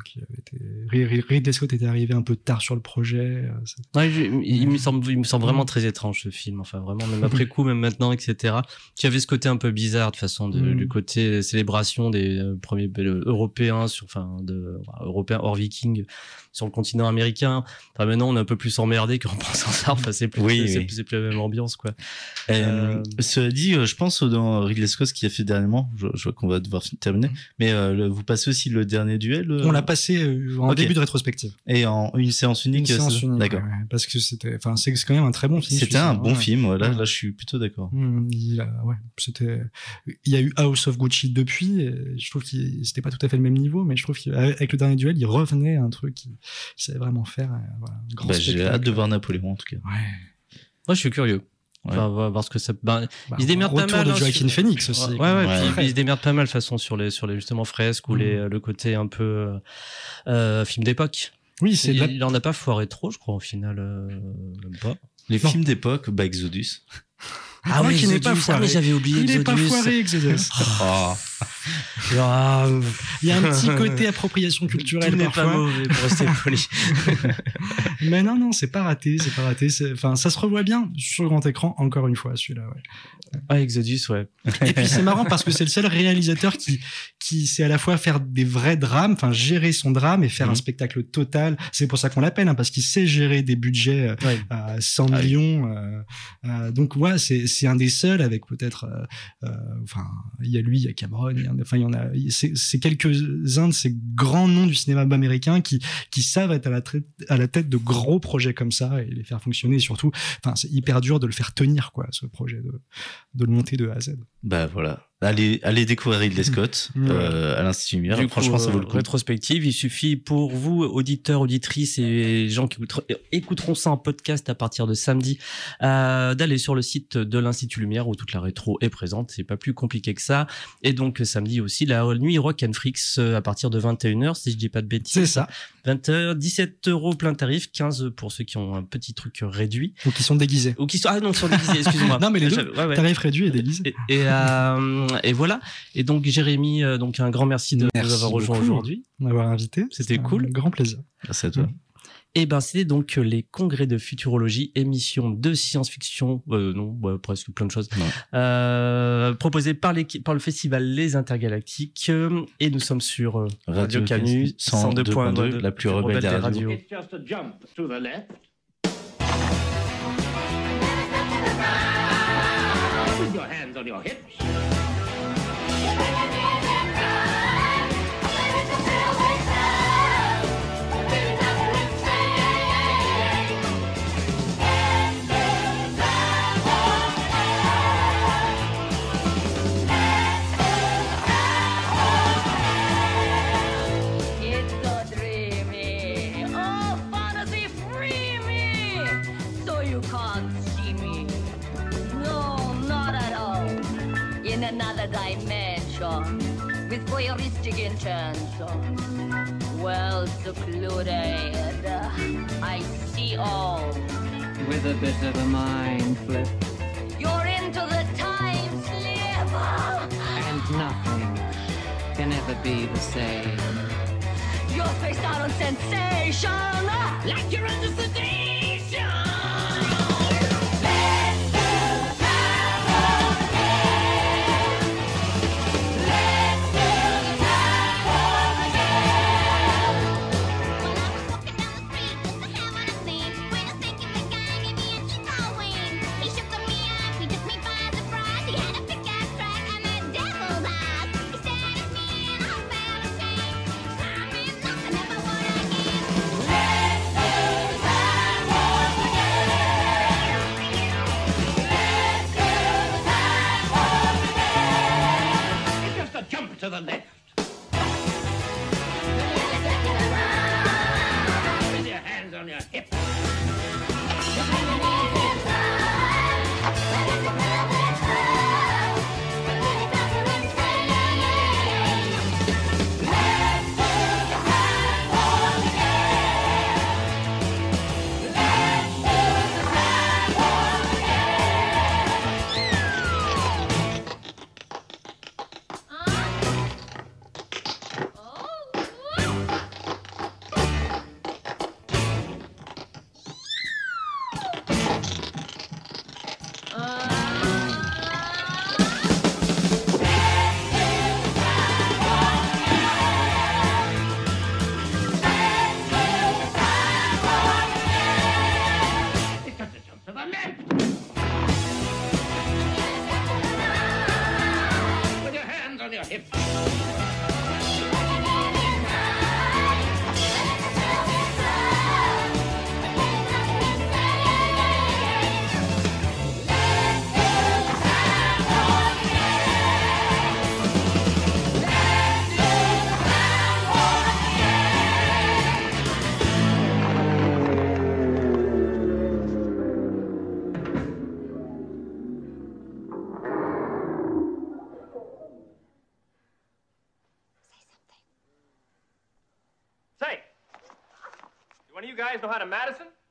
Ridley Scott était arrivé un peu tard sur le projet. Il me semble vraiment très étrange ce film. Enfin vraiment, même après coup, même maintenant, etc. Qui avait ce côté un peu bizarre de façon du côté célébration des premiers Européens Européens hors Vikings sur le continent américain. Enfin maintenant, on est un peu plus emmerdé qu'en pensant ça. Enfin c'est plus la même ambiance quoi. Cela dit, je pense dans Ridley Scott, ce qu'il a fait dernièrement, je vois qu'on va devoir terminer, mais vous passez aussi le dernier duel. On l'a passé en début de rétrospective. Et en une séance unique. D'accord. Ouais, parce que c'est quand même un très bon film. C'était un bon film. Là, je suis plutôt d'accord. Il y a eu House of Gucci depuis. Et je trouve que c'était pas tout à fait le même niveau, mais je trouve qu'avec le dernier duel, il revenait à un truc qu'il savait vraiment faire. J'ai hâte de voir Napoléon en tout cas. Ouais. Moi, je suis curieux. Enfin, voir ce que ça. Il se démerde pas mal. Retour de Joaquin Phoenix aussi. Puis il se démerde pas mal de façon sur les justement fresques ou le côté un peu film d'époque. Oui, il en a pas foiré trop, je crois au final, même pas. Les films d'époque, Exodus. Ah oui, qui n'est pas foiré. Mais j'avais oublié Exodus. Il est pas foiré, Exodus. Il y a un petit côté appropriation culturelle. Tout n'est pas mauvais pour rester poli. Mais non, c'est pas raté. Enfin, ça se revoit bien sur grand écran, encore une fois, celui-là, ouais. Ah, Exodus, ouais. Et puis c'est marrant parce que c'est le seul réalisateur qui sait à la fois faire des vrais drames, enfin gérer son drame et faire un spectacle total. C'est pour ça qu'on l'appelle, parce qu'il sait gérer des budgets à 100 millions. Donc ouais, c'est un des seuls avec peut-être. Enfin, il y a lui, il y a Cameron, il y en a. C'est quelques-uns de ces grands noms du cinéma américain qui savent être à la tête de gros projets comme ça et les faire fonctionner. Et surtout, enfin, c'est hyper dur de le faire tenir, quoi, ce projet de le monter de A à Z. Voilà. Allez découvrir Ridley Scott à l'Institut Lumière. Franchement, ça vaut le coup. Rétrospective, il suffit pour vous, auditeurs, auditrices et gens qui écouteront ça en podcast à partir de samedi, d'aller sur le site de l'Institut Lumière où toute la rétro est présente. C'est pas plus compliqué que ça. Et donc samedi aussi, la nuit Rock and Freaks à partir de 21h, si je dis pas de bêtises. C'est ça. 20h, 17€ plein tarif, 15 pour ceux qui ont un petit truc réduit. Ou qui sont déguisés. Ou qui sont, ils sont déguisés, excuse-moi. Non, mais les deux, tarif réduit et déguisé. Et voilà. Et donc, Jérémy, donc un grand merci de nous avoir rejoints aujourd'hui. M'avoir invité. C'était cool. Un grand plaisir. Merci à toi. Et ben, c'était donc les congrès de futurologie, émission de science-fiction, presque plein de choses, proposée par le festival Les Intergalactiques. Et nous sommes sur Radio Canu 102.2, la plus rebelle des radios. It's just a jump to the left. With your hands on your hips. It's so dreamy. Oh, fantasy free me. So you can't see me. No, not at all. In another dimension. With voyeuristic intention. Well secluded. I see all. With a bit of a mind flip. You're into the time slip. And nothing can ever be the same. You're faced out on sensation. Like you're under sedation. It's just a jump to the left. With your hands on your hips. It's just a jump to the left. With your hands on your hips. Say, do one of you guys know how to Madison?